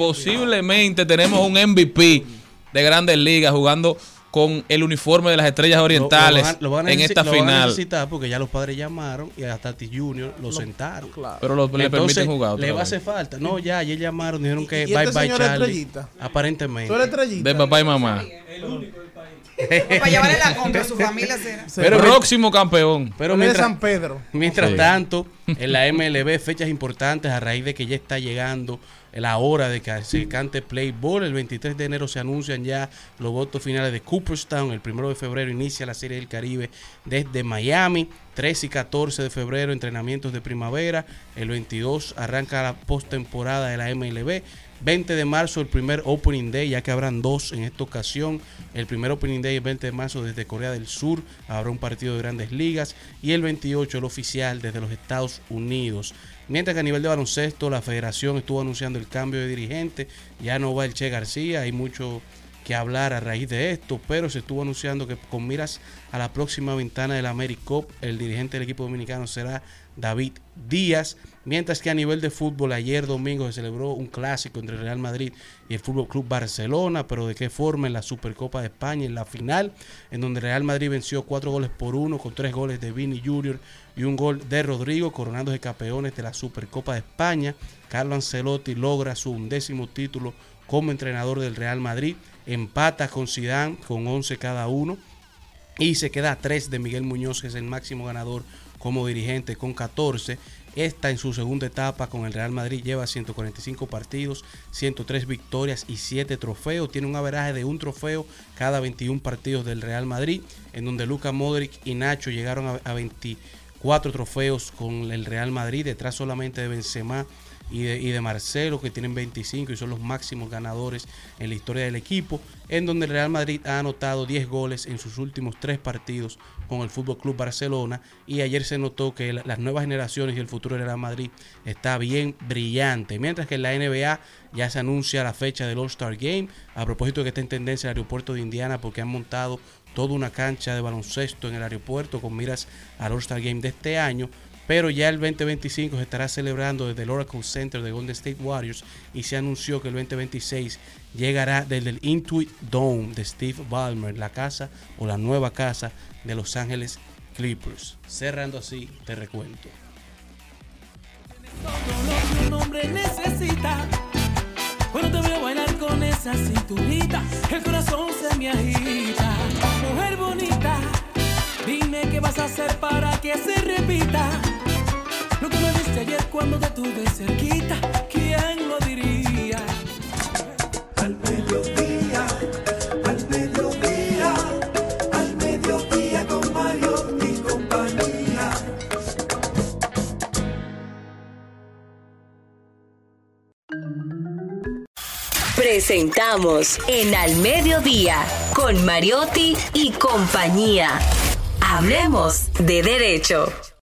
tenemos un MVP de Grandes Ligas jugando con el uniforme de las Estrellas Orientales en esta final. Lo van a necesitar porque ya los padres llamaron y hasta Tati Junior lo sentaron. Claro. Pero le permiten jugar. Le va a hacer falta. No, ya ayer llamaron, dijeron que bye bye Charlie. Aparentemente. ¿Tú eres estrellita? De papá y mamá. El único del país. Para llevarle la compra a su familia. Pero próximo campeón. Pero mientras, San Pedro. Mientras tanto, en la MLB, fechas importantes a raíz de que ya está llegando la hora de que se cante play ball. El 23 de enero se anuncian ya los votos finales de Cooperstown. El 1 de febrero inicia la Serie del Caribe desde Miami. 13 y 14 de febrero entrenamientos de primavera. El 22 arranca la postemporada de la MLB. 20 de marzo el primer Opening Day, ya que habrán 2 en esta ocasión. El primer Opening Day el 20 de marzo desde Corea del Sur, habrá un partido de Grandes Ligas. Y el 28 el oficial desde los Estados Unidos. Mientras que a nivel de baloncesto la federación estuvo anunciando el cambio de dirigente. Ya no va el Che García, hay mucho que hablar a raíz de esto, pero se estuvo anunciando que con miras a la próxima ventana de la AmeriCup, el dirigente del equipo dominicano será David Díaz. Mientras que a nivel de fútbol, ayer domingo se celebró un clásico entre el Real Madrid y el Fútbol Club Barcelona, pero de qué forma, en la Supercopa de España, en la final, en donde el Real Madrid venció 4-1 con 3 goles de Vini Junior y un gol de Rodrigo, coronándose campeones de la Supercopa de España. Carlo Ancelotti logra su 11º título como entrenador del Real Madrid, empata con Zidane con 11 cada uno y se queda a 3 de Miguel Muñoz, que es el máximo ganador como dirigente con 14. Está en su segunda etapa con el Real Madrid, lleva 145 partidos, 103 victorias y 7 trofeos. Tiene un averaje de un trofeo cada 21 partidos del Real Madrid, en donde Luka Modric y Nacho llegaron a 24 trofeos con el Real Madrid, detrás solamente de Benzema y de Marcelo, que tienen 25 y son los máximos ganadores en la historia del equipo, en donde el Real Madrid ha anotado 10 goles en sus últimos 3 partidos con el Fútbol Club Barcelona. Y ayer se notó que las nuevas generaciones y el futuro del Real Madrid está bien brillante. Mientras que en la NBA ya se anuncia la fecha del All-Star Game, a propósito de que está en tendencia el aeropuerto de Indiana, porque han montado toda una cancha de baloncesto en el aeropuerto con miras al All-Star Game de este año. Pero ya el 2025 se estará celebrando desde el Oracle Center de Golden State Warriors, y se anunció que el 2026 llegará desde el Intuit Dome de Steve Ballmer, la casa o la nueva casa de Los Ángeles Clippers. Cerrando así, te recuento. Todo lo que un hombre necesita. Cuando te veo bailar con esa cinturita, el corazón se me agita. Mujer bonita, dime qué vas a hacer para que se repita. Lo que me diste ayer cuando te tuve cerquita, ¿quién lo diría? Al mediodía, al mediodía, al mediodía con Mariotti y compañía. Presentamos en Al Mediodía con Mariotti y compañía. Hablemos de derecho.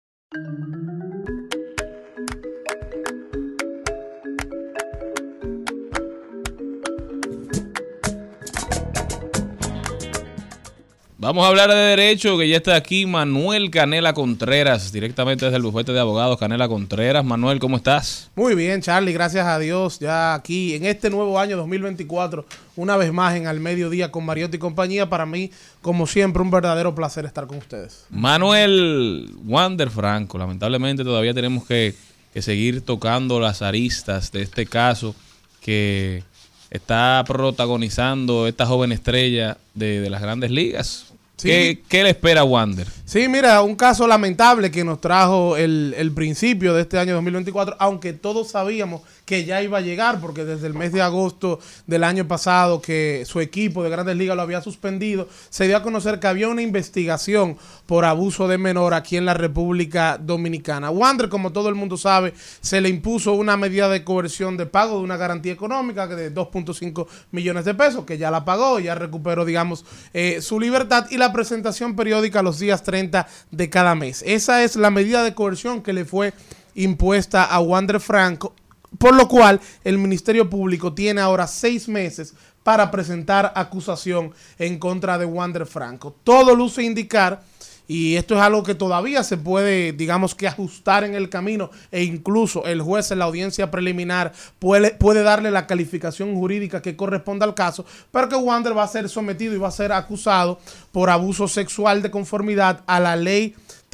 Vamos a hablar de derecho, que ya está aquí Manuel Canela Contreras, directamente desde el bufete de abogados Canela Contreras. Manuel, ¿cómo estás? Muy bien, Charlie, gracias a Dios. Ya aquí en este nuevo año 2024, una vez más en Al Mediodía con Mariotti y compañía. Para mí, como siempre, un verdadero placer estar con ustedes. Manuel, Wander Franco, lamentablemente todavía tenemos que seguir tocando las aristas de este caso que está protagonizando esta joven estrella de las grandes ligas. Sí. ¿Qué le espera a Wander? Sí, mira, un caso lamentable que nos trajo el principio de este año 2024, aunque todos sabíamos que ya iba a llegar, porque desde el mes de agosto del año pasado que su equipo de Grandes Ligas lo había suspendido, se dio a conocer que había una investigación por abuso de menor aquí en la República Dominicana. Wander, como todo el mundo sabe, se le impuso una medida de coerción de pago de una garantía económica de 2.5 millones de pesos, que ya la pagó, ya recuperó, digamos, su libertad, y la presentación periódica los días 30 de cada mes. Esa es la medida de coerción que le fue impuesta a Wander Franco, por lo cual el Ministerio Público tiene ahora 6 meses para presentar acusación en contra de Wander Franco. Todo luce indicar, y esto es algo que todavía se puede, digamos que ajustar en el camino, e incluso el juez en la audiencia preliminar puede darle la calificación jurídica que corresponda al caso, pero que Wander va a ser sometido y va a ser acusado por abuso sexual de conformidad a la ley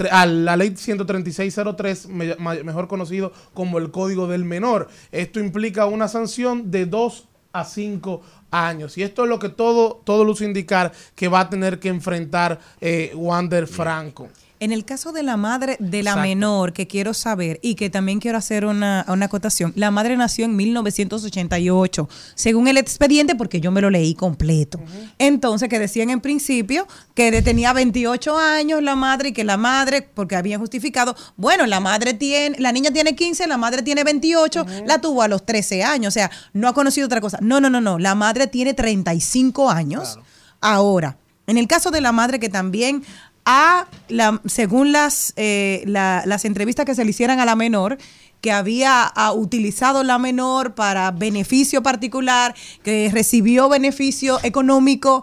13603, mejor conocido como el Código del Menor. Esto implica una sanción de 2 a 5 años. Y esto es lo que todo luce indicar que va a tener que enfrentar Wander Franco. En el caso de la madre de la Exacto. menor, que quiero saber y que también quiero hacer una acotación, la madre nació en 1988, según el expediente, porque yo me lo leí completo. Entonces, que decían en principio que tenía 28 años la madre, y que la madre, porque habían justificado, bueno, la niña tiene 15, la madre tiene 28, la tuvo a los 13 años, o sea, no ha conocido otra cosa. No, la madre tiene 35 años. Claro. Ahora, en el caso de la madre, que también según las entrevistas que se le hicieran a la menor, que había utilizado la menor para beneficio particular, que recibió beneficio económico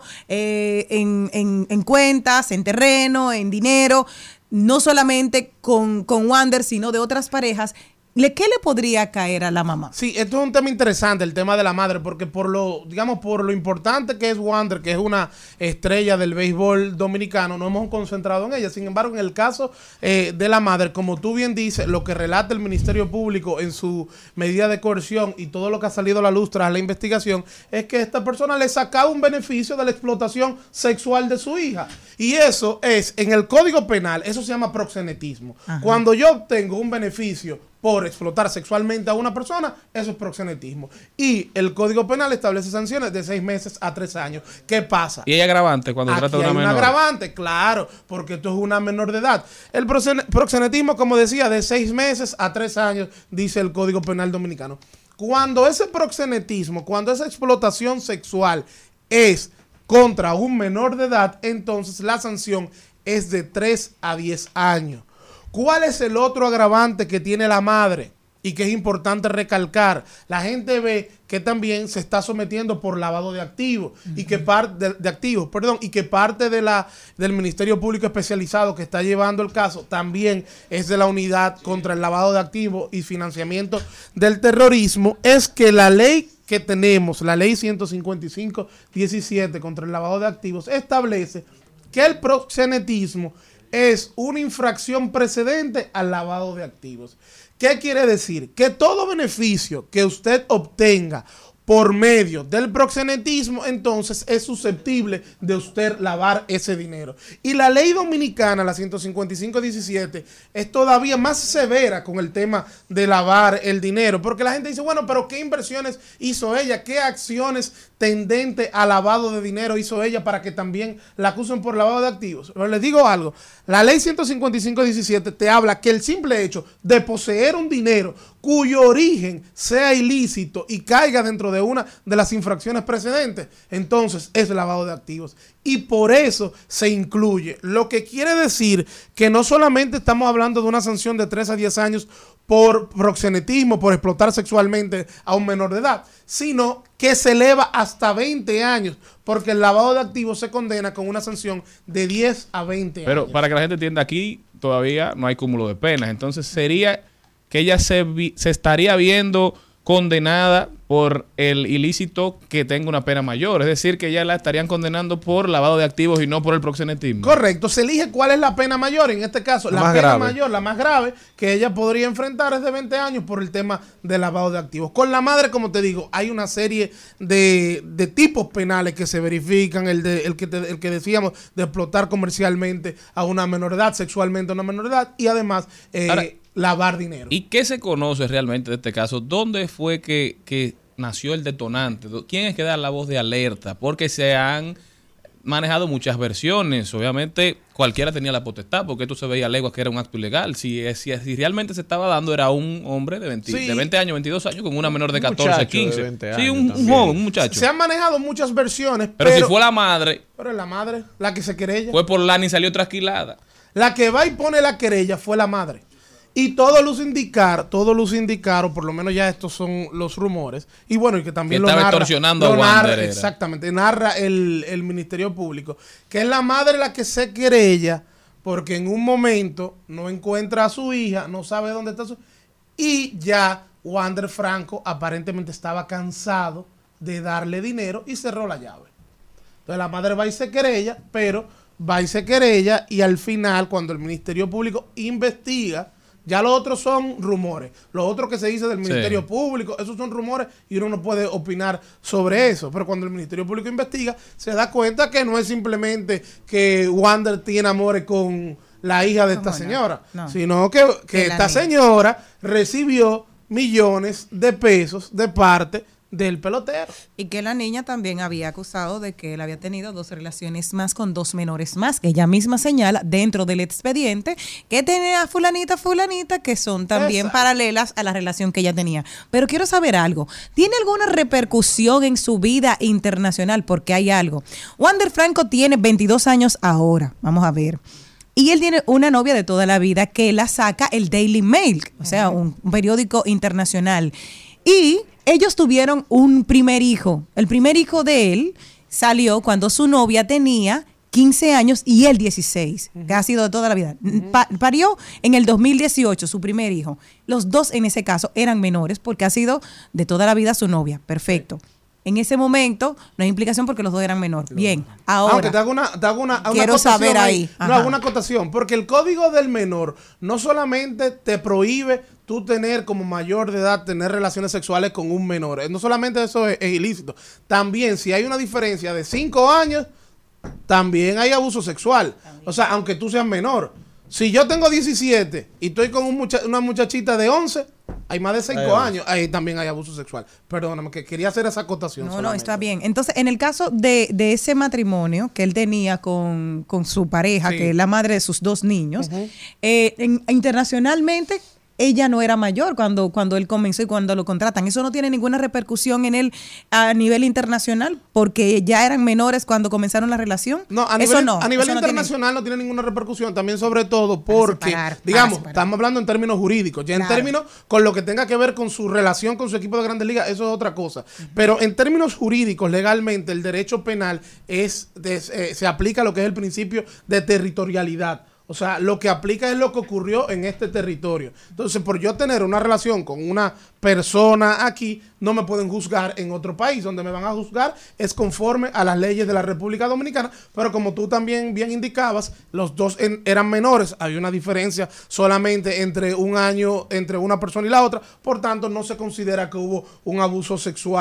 en cuentas, en terreno, en dinero, no solamente con Wander, sino de otras parejas. ¿Qué le podría caer a la mamá? Sí, esto es un tema interesante, el tema de la madre, porque por lo importante que es Wander, que es una estrella del béisbol dominicano, no hemos concentrado en ella. Sin embargo, en el caso de la madre, como tú bien dices, lo que relata el Ministerio Público en su medida de coerción y todo lo que ha salido a la luz tras la investigación, es que esta persona le sacaba un beneficio de la explotación sexual de su hija. Y eso es, en el Código Penal, eso se llama proxenetismo. Ajá. Cuando yo obtengo un beneficio por explotar sexualmente a una persona, eso es proxenetismo. Y el Código Penal establece sanciones de 6 meses a 3 años. ¿Qué pasa? ¿Y hay agravante cuando trata de una menor? Hay un agravante, claro, porque esto es una menor de edad. El proxenetismo, como decía, de 6 meses a 3 años, dice el Código Penal dominicano. Cuando ese proxenetismo, cuando esa explotación sexual es contra un menor de edad, entonces la sanción es de 3 a 10 años. ¿Cuál es el otro agravante que tiene la madre? Y que es importante recalcar. La gente ve que también se está sometiendo por lavado de activos. Y que parte del Ministerio Público Especializado que está llevando el caso también es de la Unidad contra el Lavado de Activos y Financiamiento del Terrorismo. Es que la ley que tenemos, la ley 155-17 contra el lavado de activos, establece que el proxenetismo es una infracción precedente al lavado de activos. ¿Qué quiere decir? Que todo beneficio que usted obtenga por medio del proxenetismo, entonces es susceptible de usted lavar ese dinero. Y la ley dominicana, la 155-17, es todavía más severa con el tema de lavar el dinero, porque la gente dice, bueno, pero ¿qué inversiones hizo ella? ¿Qué acciones tendentes a lavado de dinero hizo ella para que también la acusen por lavado de activos? Pero les digo algo, la ley 155-17 te habla que el simple hecho de poseer un dinero cuyo origen sea ilícito y caiga dentro de una de las infracciones precedentes, entonces es lavado de activos. Y por eso se incluye. Lo que quiere decir que no solamente estamos hablando de una sanción de 3 a 10 años por proxenetismo, por explotar sexualmente a un menor de edad, sino que se eleva hasta 20 años, porque el lavado de activos se condena con una sanción de 10 a 20 años. Pero para que la gente entienda, aquí todavía no hay cúmulo de penas. Entonces sería que ella se estaría viendo condenada por el ilícito que tenga una pena mayor. Es decir, que ya la estarían condenando por lavado de activos y no por el proxenetismo. Correcto. Se elige cuál es la pena mayor. En este caso, la pena grave. Mayor, la más grave, que ella podría enfrentar es de 20 años por el tema de lavado de activos. Con la madre, como te digo, hay una serie de tipos penales que se verifican. El que decíamos de explotar comercialmente a una menor edad, sexualmente a una menor edad, y además ahora, lavar dinero. ¿Y qué se conoce realmente de este caso? ¿Dónde fue que nació el detonante? ¿Quién es que da la voz de alerta? Porque se han manejado muchas versiones. Obviamente cualquiera tenía la potestad, porque esto se veía a leguas que era un acto ilegal. Si realmente se estaba dando, era un hombre de 20 años, 22 años, con una menor de 14, 15. Sí, un joven, un muchacho. Se han manejado muchas versiones. Pero si fue la madre. Pero la madre, la que se querella. Fue por Lani y salió trasquilada. La que va y pone la querella fue la madre. Y todo luce indicar, por lo menos ya estos son los rumores, y bueno, y que también que estaba extorsionando a Wander. Exactamente, narra el Ministerio Público, que es la madre la que se querella, porque en un momento no encuentra a su hija, no sabe dónde está y ya Wander Franco aparentemente estaba cansado de darle dinero y cerró la llave. Entonces la madre va y se querella, y al final, cuando el Ministerio Público investiga, ya los otros son rumores. Los otros que se dice del Ministerio Público, esos son rumores y uno no puede opinar sobre eso. Pero cuando el Ministerio Público investiga, se da cuenta que no es simplemente que Wander tiene amores con la hija de esta señora, sino que esta señora recibió millones de pesos de parte del pelotero. Y que la niña también había acusado de que él había tenido 2 relaciones más con 2 menores más, que ella misma señala dentro del expediente que tenía fulanita, que son también paralelas a la relación que ella tenía. Pero quiero saber algo. ¿Tiene alguna repercusión en su vida internacional? Porque hay algo. Wander Franco tiene 22 años ahora. Vamos a ver. Y él tiene una novia de toda la vida que la saca el Daily Mail, o sea, un periódico internacional. Y ellos tuvieron un primer hijo. El primer hijo de él salió cuando su novia tenía 15 años y él 16, que ha sido de toda la vida. Parió en el 2018 su primer hijo. Los dos en ese caso eran menores porque ha sido de toda la vida su novia. Perfecto. En ese momento no hay implicación porque los dos eran menores. Bien, ahora. Aunque te hago una quiero saber ahí. No, hago una acotación. Porque el Código del Menor no solamente te prohíbe tú tener como mayor de edad, tener relaciones sexuales con un menor. No solamente eso es ilícito. También, si hay una diferencia de 5 años, también hay abuso sexual. O sea, aunque tú seas menor. Si yo tengo 17 y estoy con una muchachita de 11, hay más de 5 años, ahí también hay abuso sexual. Perdóname, que quería hacer esa acotación. No, está bien. Entonces, en el caso de ese matrimonio que él tenía con su pareja, que es la madre de sus 2 niños, internacionalmente ella no era mayor cuando él comenzó y cuando lo contratan. Eso no tiene ninguna repercusión en él a nivel internacional porque ya eran menores cuando comenzaron la relación. No, a nivel internacional no tiene ninguna repercusión. También sobre todo porque, estamos hablando en términos jurídicos. Ya en términos con lo que tenga que ver con su relación con su equipo de Grandes Ligas, eso es otra cosa. Pero en términos jurídicos, legalmente, el derecho penal se aplica lo que es el principio de territorialidad. O sea, lo que aplica es lo que ocurrió en este territorio. Entonces, por yo tener una relación con una persona aquí, no me pueden juzgar en otro país. Donde me van a juzgar es conforme a las leyes de la República Dominicana. Pero como tú también bien indicabas, los dos eran menores. Hay una diferencia solamente entre un año entre una persona y la otra. Por tanto, no se considera que hubo un abuso sexual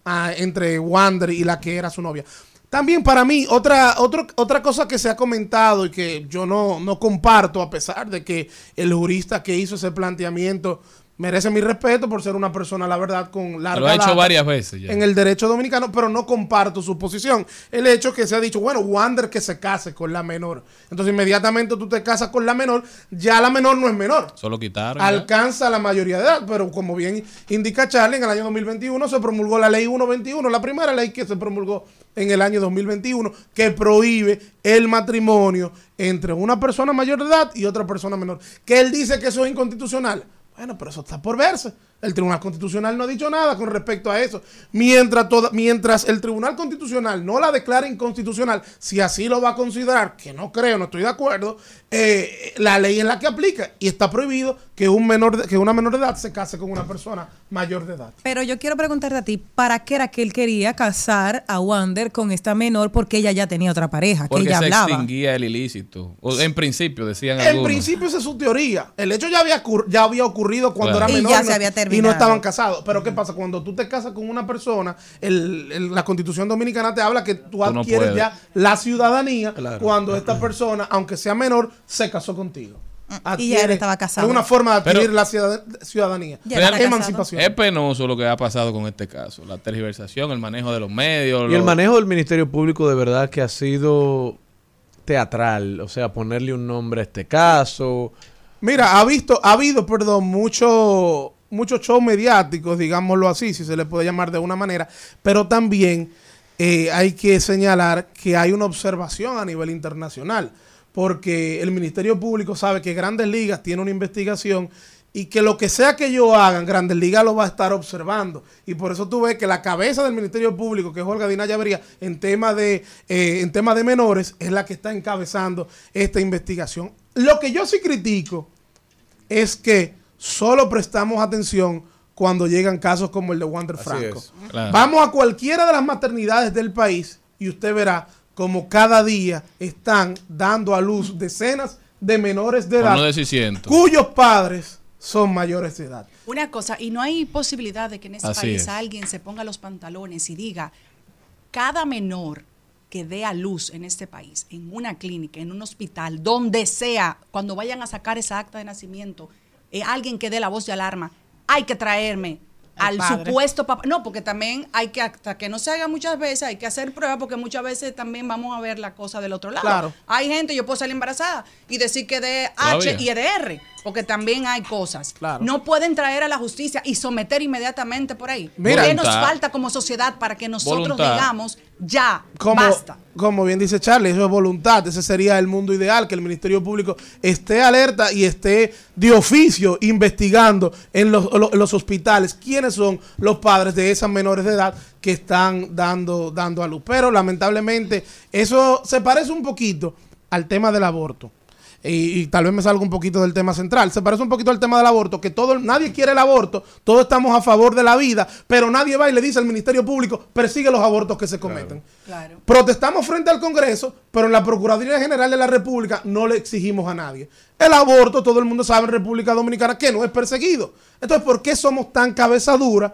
entre Wander y la que era su novia. También para mí, otra cosa que se ha comentado y que yo no comparto, a pesar de que el jurista que hizo ese planteamiento merece mi respeto por ser una persona, la verdad, con larga Lo ha hecho data varias veces ya en el derecho dominicano, pero no comparto su posición. El hecho que se ha dicho, bueno, Wander que se case con la menor. Entonces, inmediatamente tú te casas con la menor, ya la menor no es menor. Solo quitaron. Alcanza la mayoría de edad, pero como bien indica Charlie, en el año 2021 se promulgó la ley 121, la primera ley que se promulgó en el año 2021, que prohíbe el matrimonio entre una persona mayor de edad y otra persona menor. Que él dice que eso es inconstitucional. Bueno, pero eso está por verse. El Tribunal Constitucional no ha dicho nada con respecto a eso. Mientras el Tribunal Constitucional no la declare inconstitucional, si así lo va a considerar, que no creo, no estoy de acuerdo, la ley es la que aplica y está prohibido que una menor de edad se case con una persona mayor de edad. Pero yo quiero preguntarte a ti, ¿para qué era que él quería casar a Wander con esta menor? Porque ella ya tenía otra pareja, porque que ella se hablaba. extinguía el ilícito. O en principio, decían En algunos. principio esa es su teoría. El hecho ya había ocurrido cuando Claro. era menor Y ya se había y no terminado. estaban casados. Pero ¿qué pasa? Cuando tú te casas con una persona, la Constitución Dominicana te habla que tú no adquieres puedes. ya la ciudadanía Claro. cuando esta persona, aunque sea menor, se casó contigo. Y ya él estaba casado. Es una forma de adquirir Pero- la ciudadanía. Ya era La casado. emancipación. Es penoso lo que ha pasado con este caso. La tergiversación, el manejo de los medios. Y el manejo del Ministerio Público de verdad que ha sido teatral. O sea, ponerle un nombre a este caso. Mira, ha habido, muchos shows mediáticos, digámoslo así, si se le puede llamar de una manera, pero también hay que señalar que hay una observación a nivel internacional, porque el Ministerio Público sabe que Grandes Ligas tiene una investigación y que lo que sea que ellos hagan, Grandes Ligas lo va a estar observando. Y por eso tú ves que la cabeza del Ministerio Público, que es Olga Dina Llavería, en tema de menores, es la que está encabezando esta investigación. Lo que yo sí critico es que solo prestamos atención cuando llegan casos como el de Wander Así Franco. es. Claro. Vamos a cualquiera de las maternidades del país y usted verá como cada día están dando a luz decenas de menores de Por edad no decir cientos. cuyos padres son mayores de edad. Una cosa, y no hay posibilidad de que en este Así país es. alguien se ponga los pantalones y diga, cada menor que dé a luz en este país, en una clínica, en un hospital, donde sea, cuando vayan a sacar esa acta de nacimiento, alguien que dé la voz de alarma, hay que traerme al padre. supuesto papá. No, porque también hay que, hasta que no se haga muchas veces, hay que hacer pruebas, porque muchas veces también vamos a ver la cosa del otro lado. Claro. Hay gente, yo puedo salir embarazada y decir que de Todavía. H y de R, porque también hay cosas. Claro. No pueden traer a la justicia y someter inmediatamente por ahí. Mira, ¿Qué nos Voluntad. falta como sociedad para que nosotros Voluntad. digamos, ya, basta? Como bien dice Charlie, eso es voluntad. Ese sería el mundo ideal, que el Ministerio Público esté alerta y esté de oficio investigando en los hospitales quiénes son los padres de esas menores de edad que están dando a luz. Pero lamentablemente eso se parece un poquito al tema del aborto. Y tal vez me salga un poquito del tema central. Se parece un poquito al tema del aborto, que nadie quiere el aborto, todos estamos a favor de la vida, pero nadie va y le dice al Ministerio Público, persigue los abortos que se cometen. Claro. Protestamos frente al Congreso, pero en la Procuraduría General de la República no le exigimos a nadie. El aborto, todo el mundo sabe en República Dominicana que no es perseguido. Entonces, ¿por qué somos tan cabeza dura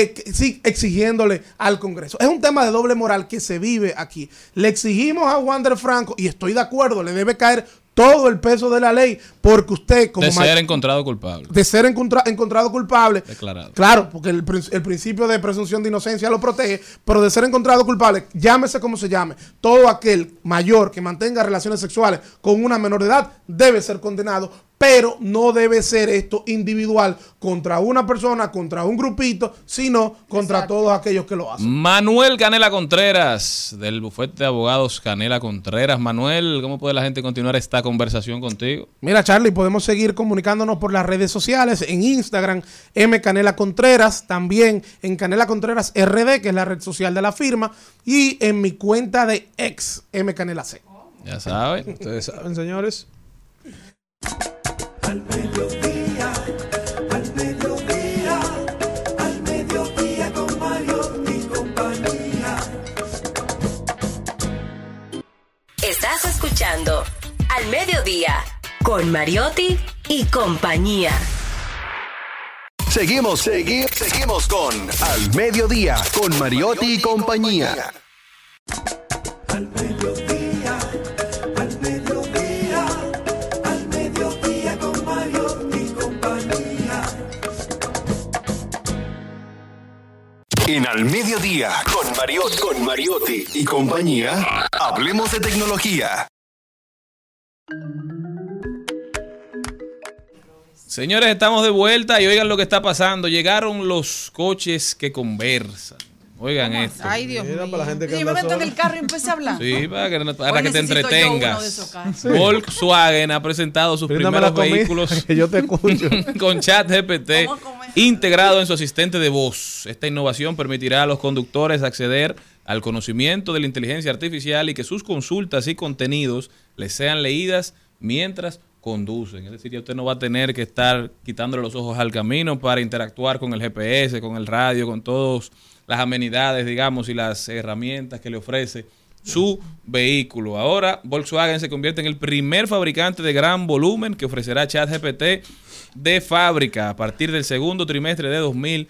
exigiéndole al Congreso? Es un tema de doble moral que se vive aquí. Le exigimos a Wander Franco, y estoy de acuerdo, le debe caer todo el peso de la ley, porque usted como De ser encontrado culpable. de ser encontrado culpable. Declarado. Claro, porque el principio de presunción de inocencia lo protege, pero de ser encontrado culpable, llámese como se llame, todo aquel mayor que mantenga relaciones sexuales con una menor de edad debe ser condenado, pero no debe ser esto individual contra una persona, contra un grupito, sino contra todos aquellos que lo hacen. Manuel Canela Contreras, del bufete de abogados Canela Contreras. Manuel, ¿cómo puede la gente continuar esta conversación contigo? Mira, Charlie, podemos seguir comunicándonos por las redes sociales, en Instagram, Canela Contreras, también en Canela Contreras RD, que es la red social de la firma, y en mi cuenta de ex, Canela C. Ya saben. Ustedes saben, señores. Al mediodía, al mediodía, al mediodía con Mario y compañía. Estás escuchando Al Mediodía con Mariotti y compañía. Seguimos con Al Mediodía, con Mariotti y compañía. Al mediodía, al mediodía, al mediodía con Mariotti y compañía. En Al Mediodía, con Mariotti y compañía, hablemos de tecnología. Señores, estamos de vuelta y oigan lo que está pasando. Llegaron los coches que conversan. Oigan esto. Ay, Dios mío. Para la gente que Yo me anda meto en sola. el carro y empecé a hablar. Sí, para que te Hoy necesito yo uno de entretengas. esos carros. Sí. Volkswagen ha presentado sus Bríndame la primeros comida, vehículos que yo te escucho. con ChatGPT Vamos a comer. integrado en su asistente de voz. Esta innovación permitirá a los conductores acceder al conocimiento de la inteligencia artificial y que sus consultas y contenidos les sean leídas mientras conducen. Es decir, ya usted no va a tener que estar quitándole los ojos al camino para interactuar con el GPS, con el radio, con todas las amenidades, digamos, y las herramientas que le ofrece su vehículo. Ahora, Volkswagen se convierte en el primer fabricante de gran volumen que ofrecerá ChatGPT de fábrica a partir del segundo trimestre de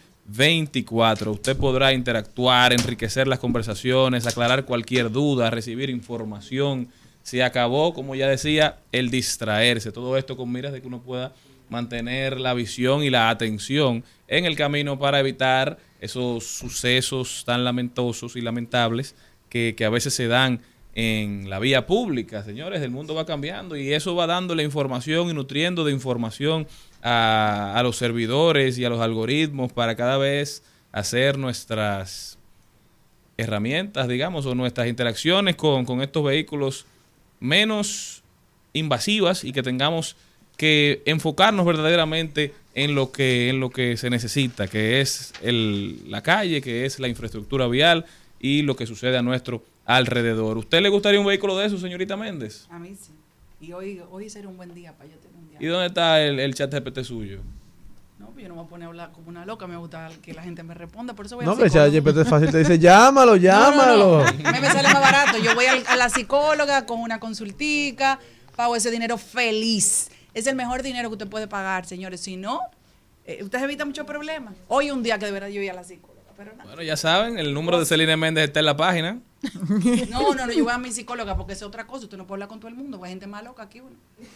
2024. Usted podrá interactuar, enriquecer las conversaciones, aclarar cualquier duda, recibir información. Se acabó, como ya decía, el distraerse. Todo esto con miras de que uno pueda mantener la visión y la atención en el camino para evitar esos sucesos tan lamentosos y lamentables que a veces se dan en la vía pública. Señores, el mundo va cambiando y eso va dándole información y nutriendo de información a los servidores y a los algoritmos para cada vez hacer nuestras herramientas, digamos, o nuestras interacciones con estos vehículos menos invasivas y que tengamos que enfocarnos verdaderamente en lo que se necesita, que es la calle, que es la infraestructura vial y lo que sucede a nuestro alrededor. ¿Usted le gustaría un vehículo de esos, señorita Méndez? A mí sí. Y hoy sería un buen día para yo tener un día. ¿Y dónde está el chat GPT suyo? No, pues yo no me voy a poner a hablar como una loca. Me gusta que la gente me responda. Por eso voy No, al pero psicólogo. ChatGPT es fácil, te dice, llámalo. No. Me sale más barato. Yo voy a la psicóloga con una consultica, pago ese dinero feliz. Es el mejor dinero que usted puede pagar, señores. Si no, usted evita muchos problemas. Hoy es un día que de verdad yo voy a la psicóloga. Pero nada. Bueno, ya saben, el número de Celina Méndez está en la página. No, yo voy a mi psicóloga porque es otra cosa. Usted no puede hablar con todo el mundo. Hay gente más loca aquí, bueno.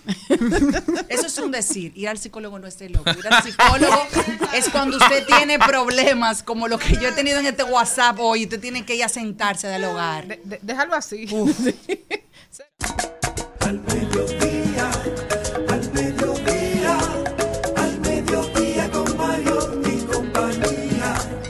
Eso es un decir. Ir al psicólogo no es ser loco. Ir al psicólogo es cuando usted tiene problemas como lo que yo he tenido en este WhatsApp hoy. Usted tiene que ir a sentarse a dialogar. Déjalo así. Al mediodía, al mediodía, al mediodía con Mariotti y compañía.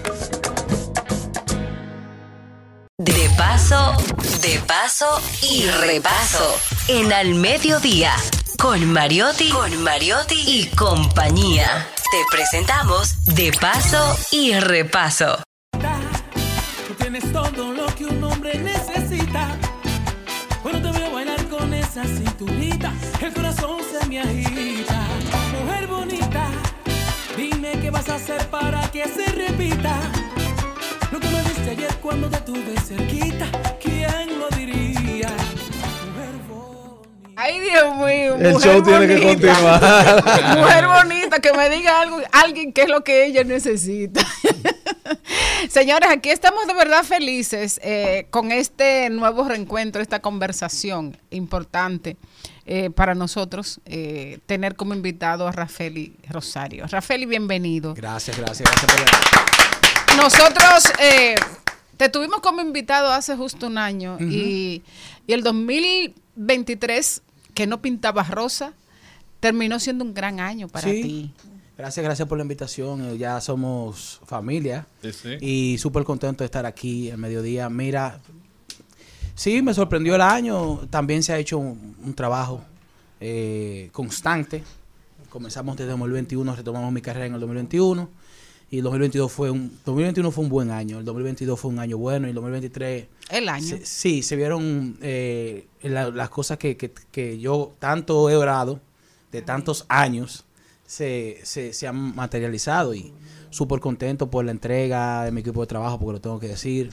De paso y repaso. En Al Mediodía, con Mariotti y compañía. Te presentamos De Paso y Repaso. Tú tienes todo lo que un hombre necesita. Cuando te veo bailar con esa cinturita, el corazón se me agita. Mujer bonita, dime qué vas a hacer para que se repita. Lo que me diste ayer cuando te tuve cerquita, ¿quién lo diría? Mujer bonita. Ay, Dios mío. El mujer show tiene que bonita. continuar. Mujer bonita, que me diga alguien qué es lo que ella necesita. Señores, aquí estamos de verdad felices con este nuevo reencuentro, esta conversación importante para nosotros, tener como invitado a Rafeli Rosario. Rafeli, bienvenido. Gracias por la... Nosotros te tuvimos como invitado hace justo un año y el 2023, que no pintaba rosa, terminó siendo un gran año para ti. Gracias por la invitación. Ya somos familia y súper contento de estar aquí al mediodía. Mira, sí, me sorprendió el año. También se ha hecho un trabajo constante. Comenzamos desde 2021, retomamos mi carrera en el 2021 y el 2021 fue un buen año. El 2022 fue un año bueno y el 2023... El año. Se vieron las cosas que yo tanto he orado de tantos años. Se han materializado y súper contento por la entrega de mi equipo de trabajo, porque lo tengo que decir,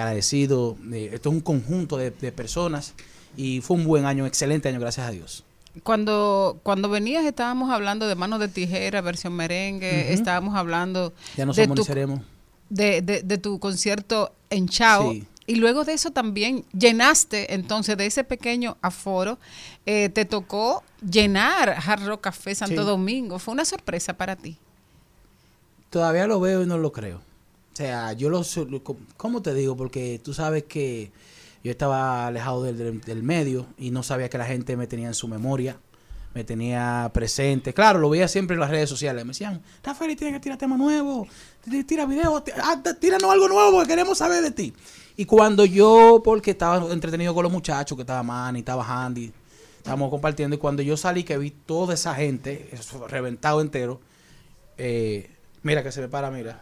agradecido. Esto es un conjunto de personas y fue un buen año, excelente año, gracias a Dios. cuando venías estábamos hablando de Manos de Tijera, versión merengue, estábamos hablando Ya no de somos ni seremos. de tu concierto en Chao. Sí. Y luego de eso también llenaste, entonces, de ese pequeño aforo, te tocó llenar Hard Rock Café Santo Sí. Domingo. Fue una sorpresa para ti. Todavía lo veo y no lo creo. O sea, ¿cómo te digo? Porque tú sabes que yo estaba alejado del medio y no sabía que la gente me tenía en su memoria, me tenía presente. Claro, lo veía siempre en las redes sociales. Me decían, Rafael, tienes que tirar tema nuevo, tira video, tíranos algo nuevo porque queremos saber de ti. Y cuando yo, porque estaba entretenido con los muchachos, que estaba Manny, estaba Andy, estábamos compartiendo, y cuando yo salí que vi toda esa gente, eso reventado entero, mira que se me para, mira.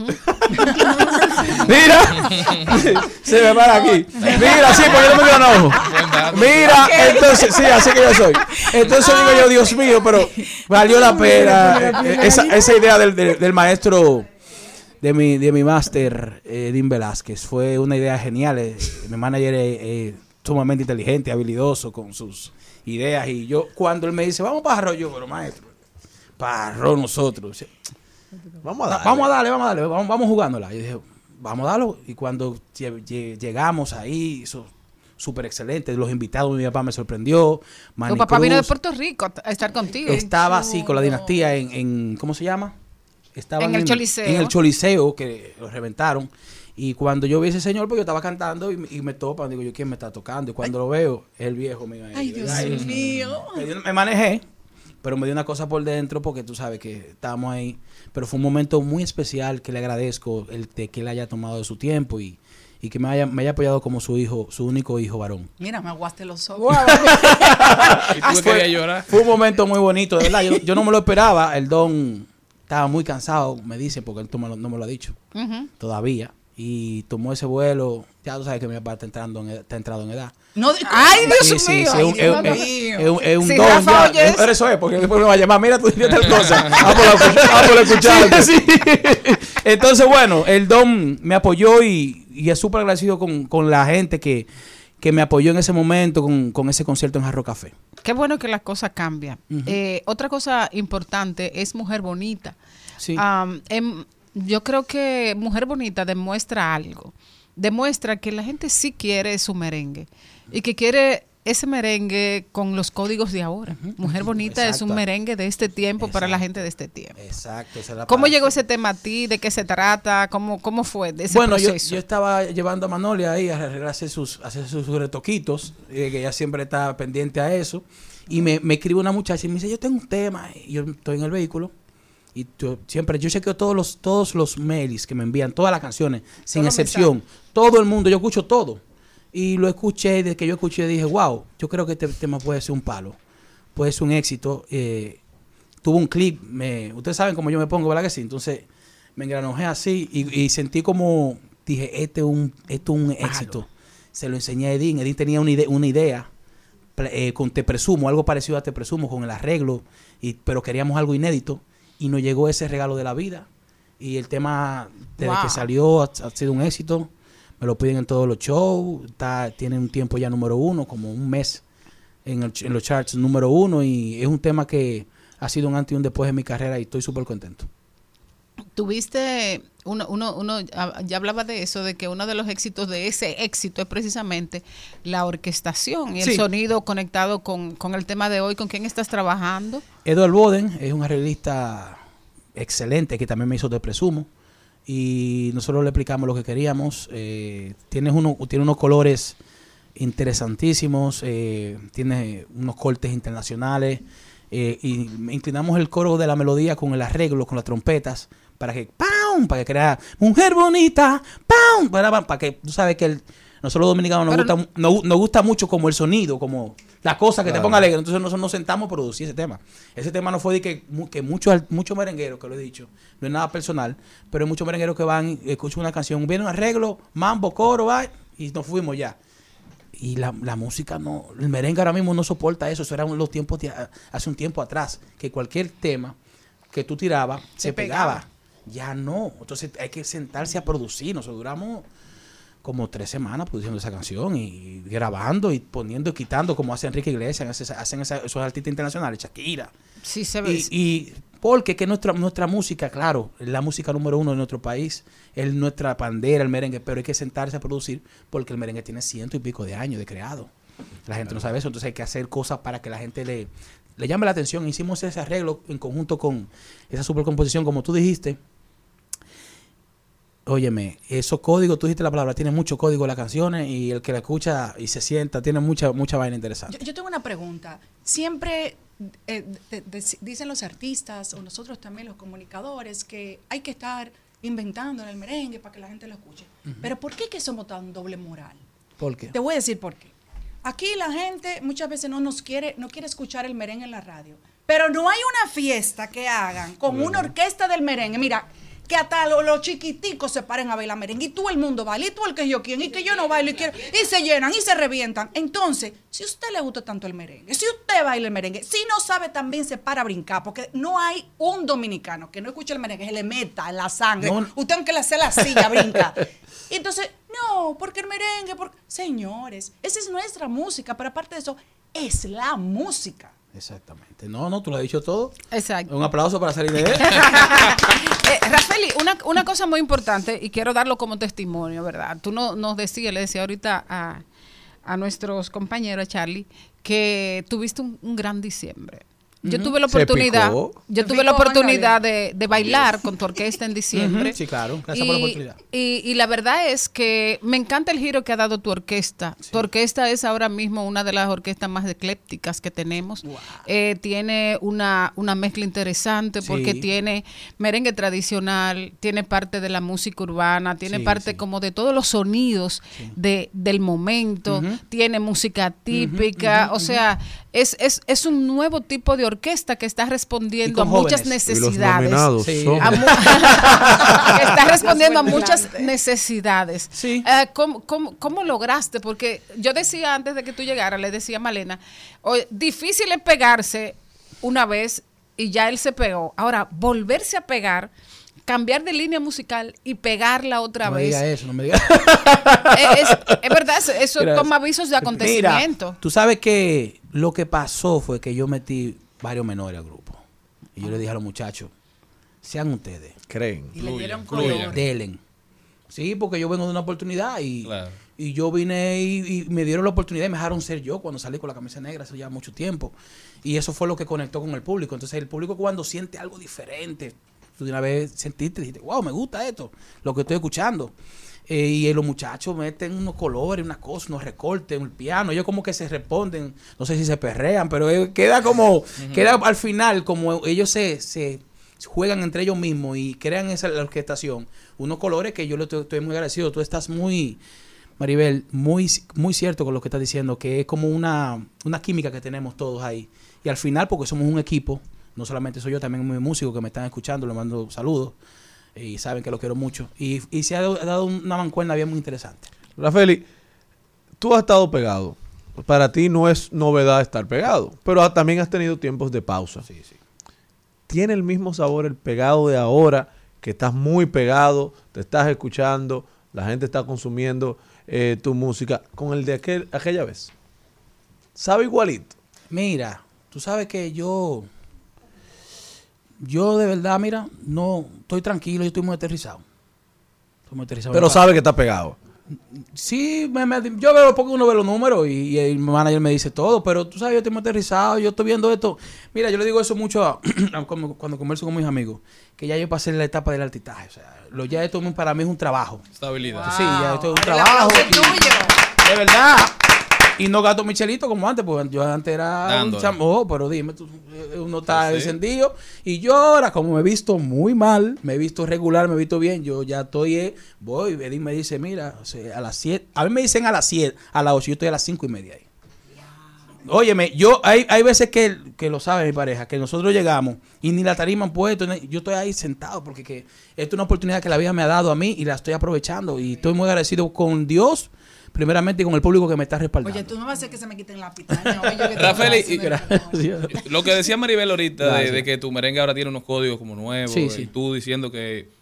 Mira, se me para aquí. Mira, sí, porque yo no me dio un ojo. Mira, entonces, sí, así que yo soy. Entonces digo yo, Dios mío, pero valió la pena esa idea del maestro de mi máster, Edín Velázquez. Fue una idea genial. Mi manager es sumamente inteligente, habilidoso con sus ideas. Y yo, cuando él me dice, vamos para Arroz, yo, pero maestro, para Arroz nosotros. Vamos a darle, vamos jugándola. Yo dije, vamos a darlo. Y cuando llegamos ahí, eso súper excelente. Los invitados, mi papá me sorprendió. Manny Tu papá Cruz vino de Puerto Rico a estar contigo. estaba así con la dinastía en ¿cómo se llama? Estaba En el Choliseo. En el Choliseo, que lo reventaron. Y cuando yo vi a ese señor, pues yo estaba cantando y me topan. Digo yo, ¿quién me está tocando? Y cuando lo veo, es el viejo mío. Ay, Dios mío. Me manejé, pero me dio una cosa por dentro porque tú sabes que estábamos ahí. Pero fue un momento muy especial que le agradezco de que él haya tomado de su tiempo y que me haya apoyado como su hijo, su único hijo varón. Mira, me aguaste los ojos. ¿Y tú querías llorar? Fue un momento muy bonito, de verdad. Yo no me lo esperaba. El don estaba muy cansado, me dice, porque él no me lo ha dicho todavía. Y tomó ese vuelo. Ya tú sabes que mi papá está entrado en edad. No, ¡ay, Dios Sí, mío! sí, Ay, Dios mío. es un Si don Rafa ya. oye Eso es, porque después me va a llamar. Mira, tú dices tal cosa. Vamos a escuchar. Sí. Entonces, bueno, el don me apoyó y es súper agradecido con la gente que me apoyó en ese momento con ese concierto en Jarro Café. Qué bueno que las cosas cambian. Otra cosa importante es Mujer Bonita. Sí. Yo creo que Mujer Bonita demuestra algo. Demuestra que la gente sí quiere su merengue y que quiere ese merengue con los códigos de ahora. Mujer Bonita es un merengue de este tiempo para la gente de este tiempo. Exacto. ¿Cómo llegó ese tema a ti? ¿De qué se trata? ¿Cómo fue de ese proceso? Yo estaba llevando a Manolia ahí a hacer sus retoquitos, que ella siempre está pendiente a eso. Y me escribe una muchacha y me dice, yo tengo un tema. Y yo estoy en el vehículo. Y yo chequeo todos los mails que me envían, todas las canciones, sin excepción. Todo el mundo, yo escucho todo. Y lo escuché, desde que yo escuché dije, wow, yo creo que este tema puede ser un palo, puede ser un éxito. Tuvo un clip, ustedes saben cómo yo me pongo, ¿verdad que sí? Entonces me engranojé así y sentí como, dije, esto es un éxito. Se lo enseñé a Edín. Edín tenía una idea con Te Presumo, algo parecido a Te Presumo, con el arreglo, pero queríamos algo inédito. Y nos llegó ese regalo de la vida. Y el tema, desde que salió, ha sido un éxito. Me lo piden en todos los shows. Tiene un tiempo ya número 1, como un mes en los charts número 1. Y es un tema que ha sido un antes y un después en mi carrera y estoy súper contento. Tuviste, uno ya hablaba de eso, de que uno de los éxitos de ese éxito es precisamente la orquestación y el sonido conectado con el tema de hoy. ¿Con quién estás trabajando? Edward Boden es un arreglista excelente que también me hizo Te Presumo y nosotros le explicamos lo que queríamos. Tiene unos colores interesantísimos, tiene unos cortes internacionales y inclinamos el coro de la melodía con el arreglo, con las trompetas, para que crea Mujer Bonita, ¡pam! Para que tú sabes que nosotros los dominicanos nos gusta mucho como el sonido, como la cosa que te ponga alegre. Entonces nosotros nos sentamos a producir ese tema. Ese tema no fue de que muchos merengueros, que lo he dicho, no es nada personal, pero hay muchos merengueros que van, escuchan una canción, viene un arreglo, mambo, coro, va, y nos fuimos ya. Y la música no, el merengue ahora mismo no soporta eso. Eso eran los tiempos hace un tiempo atrás, que cualquier tema que tú tirabas se pegaba. Ya no. Entonces hay que sentarse a producir. Nosotros duramos como 3 semanas produciendo esa canción y grabando y poniendo y quitando como hace Enrique Iglesias, hacen esos artistas internacionales, Shakira. Sí, se ve. Y porque que nuestra música, claro, es la música número 1 de nuestro país, es nuestra bandera, el merengue, pero hay que sentarse a producir porque el merengue tiene 100 y pico de años de creado. La gente no sabe eso, entonces hay que hacer cosas para que la gente le llame la atención. Hicimos ese arreglo en conjunto con esa supercomposición, como tú dijiste. Óyeme, esos códigos, tú dijiste la palabra, tiene mucho código las canciones y el que la escucha y se sienta, tiene mucha vaina interesante. Yo tengo una pregunta. Siempre dicen los artistas o nosotros también los comunicadores que hay que estar inventando en el merengue para que la gente lo escuche. Pero ¿por qué que somos tan doble moral? ¿Por qué? Te voy a decir por qué. Aquí la gente muchas veces no quiere escuchar el merengue en la radio. Pero no hay una fiesta que hagan con una orquesta del merengue. Mira, que hasta los chiquiticos se paren a bailar merengue y todo el mundo baila y tú el que yo quiero y que yo no bailo y quiero y se llenan y se revientan. Entonces, si a usted le gusta tanto el merengue, si usted baila el merengue, si no sabe también se para a brincar, porque no hay un dominicano que no escuche el merengue, se le meta en la sangre. No. Usted aunque le hace la silla, brinca. Y entonces, no, porque el merengue, señores, esa es nuestra música, pero aparte de eso, es la música. Exactamente. No, tú lo has dicho todo. Exacto. Un aplauso para salir de él. Rafeli, una cosa muy importante, y quiero darlo como testimonio, ¿verdad? Tú nos decías, le decía ahorita a nuestros compañeros, a Charlie, que tuviste un gran diciembre. Yo tuve la oportunidad, de bailar con tu orquesta en diciembre. Sí, claro. Gracias por la oportunidad. Y la verdad es que me encanta el giro que ha dado tu orquesta. Sí. Tu orquesta es ahora mismo una de las orquestas más eclécticas que tenemos. Wow. Tiene una mezcla interesante porque tiene merengue tradicional, tiene parte de la música urbana, tiene parte como de todos los sonidos del momento, tiene música típica, o sea, es un nuevo tipo de orquesta que está respondiendo a muchas necesidades. Que está respondiendo a muchas necesidades. Sí. ¿Cómo lograste? Porque yo decía antes de que tú llegaras, le decía a Malena, difícil es pegarse una vez y ya él se pegó. Ahora, volverse a pegar, cambiar de línea musical y pegarla otra vez. No me digas. Es verdad, eso toma avisos de acontecimiento. Tú sabes que lo que pasó fue que yo metí varios menores al grupo. Y yo le dije a los muchachos, sean ustedes. Creen. Y le dieron color. Delen. Sí, porque yo vengo de una oportunidad y yo vine y me dieron la oportunidad y me dejaron ser yo cuando salí con la camisa negra hace ya mucho tiempo. Y eso fue lo que conectó con el público. Entonces el público cuando siente algo diferente, tú de una vez sentiste y dijiste, wow, me gusta esto, lo que estoy escuchando. Y los muchachos meten unos colores, unas cosas, unos recortes, un piano. Ellos como que se responden, no sé si se perrean, pero queda como, queda al final como ellos se juegan entre ellos mismos y crean esa la orquestación. Unos colores que yo le estoy muy agradecido. Tú estás muy, Maribel, muy cierto con lo que estás diciendo, que es como una química que tenemos todos ahí. Y al final, porque somos un equipo, no solamente soy yo, también mis músicos que me están escuchando, les mando saludos. Y saben que lo quiero mucho. Y se ha dado una mancuerna bien muy interesante. Rafeli, tú has estado pegado. Para ti no es novedad estar pegado, pero también has tenido tiempos de pausa. Sí. ¿Tiene el mismo sabor el pegado de ahora, que estás muy pegado, te estás escuchando, la gente está consumiendo tu música, con el de aquella vez? ¿Sabe igualito? Mira, tú sabes que yo de verdad, mira, no estoy tranquilo, yo estoy muy aterrizado. Pero sabe que está pegado. Sí, yo veo porque uno ve los números y el manager me dice todo, pero tú sabes, yo estoy muy aterrizado, yo estoy viendo esto. Mira, yo le digo eso mucho cuando converso con mis amigos, que ya yo pasé la etapa del altitaje. O sea, ya esto para mí es un trabajo. Estabilidad. Wow. Sí, ya esto es un trabajo. De verdad. Y no gasto Michelito como antes, porque yo antes era un chamo. Pero dime, uno está encendido. Y yo ahora, como me he visto muy mal, me he visto regular, me he visto bien, yo ya estoy, voy, Edith me dice, mira, o sea, a las 7, a mí me dicen a las 7, a las 8, yo estoy a las 5:30 ahí. Óyeme, hay veces que lo sabe mi pareja, que nosotros llegamos y ni la tarima han puesto, yo estoy ahí sentado porque esto es una oportunidad que la vida me ha dado a mí y la estoy aprovechando y estoy muy agradecido con Dios, primeramente, y con el público que me está respaldando. Oye, tú no vas a hacer que se me quiten la pitaña. Rafael, lo que decía Maribel ahorita de que tu merengue ahora tiene unos códigos como nuevos, y tú diciendo que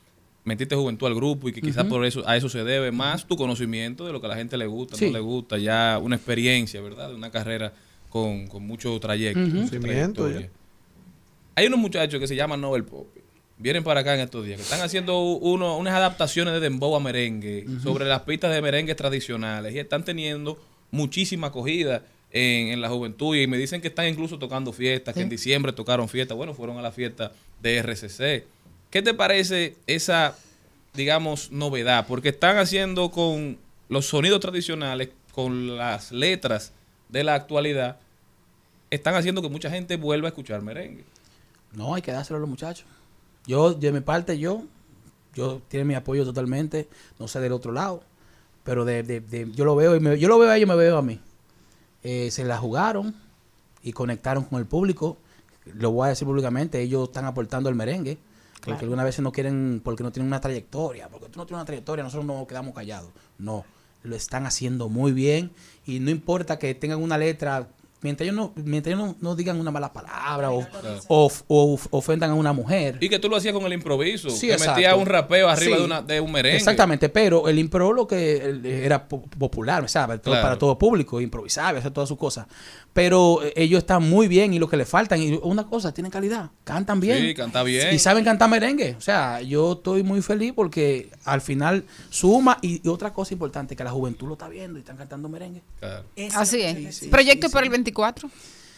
metiste juventud al grupo y que quizás por eso a eso se debe más tu conocimiento de lo que a la gente le gusta, no le gusta, ya una experiencia, ¿verdad? De una carrera con mucho trayecto. Conocimiento, Hay unos muchachos que se llaman Nobel Pop. Vienen para acá en estos días, que están haciendo unas adaptaciones de dembow a merengue sobre las pistas de merengue tradicionales y están teniendo muchísima acogida en la juventud y me dicen que están incluso tocando fiestas, que en diciembre tocaron fiestas, bueno, fueron a la fiesta de RCC. ¿Qué te parece esa, digamos, novedad? Porque están haciendo con los sonidos tradicionales, con las letras de la actualidad, están haciendo que mucha gente vuelva a escuchar merengue. No, hay que dárselo a los muchachos. Yo, de mi parte, yo tiene mi apoyo totalmente, no sé del otro lado, pero yo lo veo yo lo veo a ellos, me veo a mí. Se la jugaron y conectaron con el público. Lo voy a decir públicamente, ellos están aportando el merengue, porque algunas veces no quieren, porque no tienen una trayectoria, porque tú no tienes una trayectoria, nosotros nos quedamos callados. No, lo están haciendo muy bien y no importa que tengan una letra. Mientras ellos no digan una mala palabra o ofendan a una mujer. Y que tú lo hacías con el improviso. Sí, que metías un rapeo arriba de un merengue. Exactamente, pero el impro lo que era popular, ¿sabes? Para todo público, improvisar, hacer todas sus cosas. Pero ellos están muy bien y lo que les faltan, y una cosa, tienen calidad, cantan bien. Sí, canta bien. Y saben cantar merengue. O sea, yo estoy muy feliz porque al final suma y otra cosa importante, que la juventud lo está viendo y están cantando merengue. Claro. Así es. ¿Proyecto para el 24?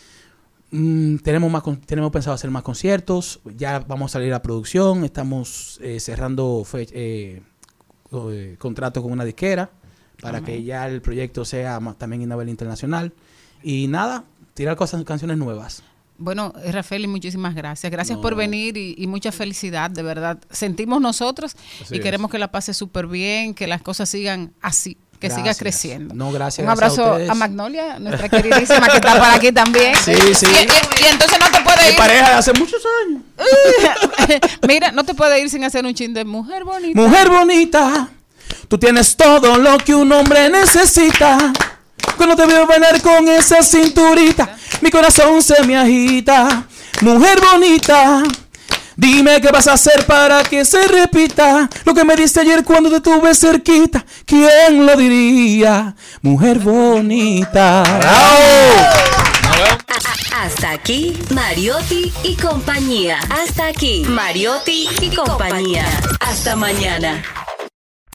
Tenemos pensado hacer más conciertos, ya vamos a salir a producción, estamos cerrando contratos con una disquera para que ya el proyecto sea también a nivel internacional y nada, tirar canciones nuevas. Bueno, Rafael, muchísimas gracias. Gracias por venir y mucha felicidad, de verdad. Sentimos nosotros y queremos que la pase súper bien, que las cosas sigan así. Que siga creciendo. No, gracias. Un abrazo a Magnolia, nuestra queridísima que está por aquí también. Sí. Y entonces no te puede ir. Mi pareja de hace muchos años. Mira, no te puede ir sin hacer un chin de mujer bonita. Mujer bonita, tú tienes todo lo que un hombre necesita. Cuando te veo bailar con esa cinturita, mi corazón se me agita. Mujer bonita, dime qué vas a hacer para que se repita lo que me diste ayer cuando te tuve cerquita. ¿Quién lo diría? Mujer bonita. Hasta aquí, Mariotti y compañía. Hasta aquí, Mariotti y compañía. Hasta mañana.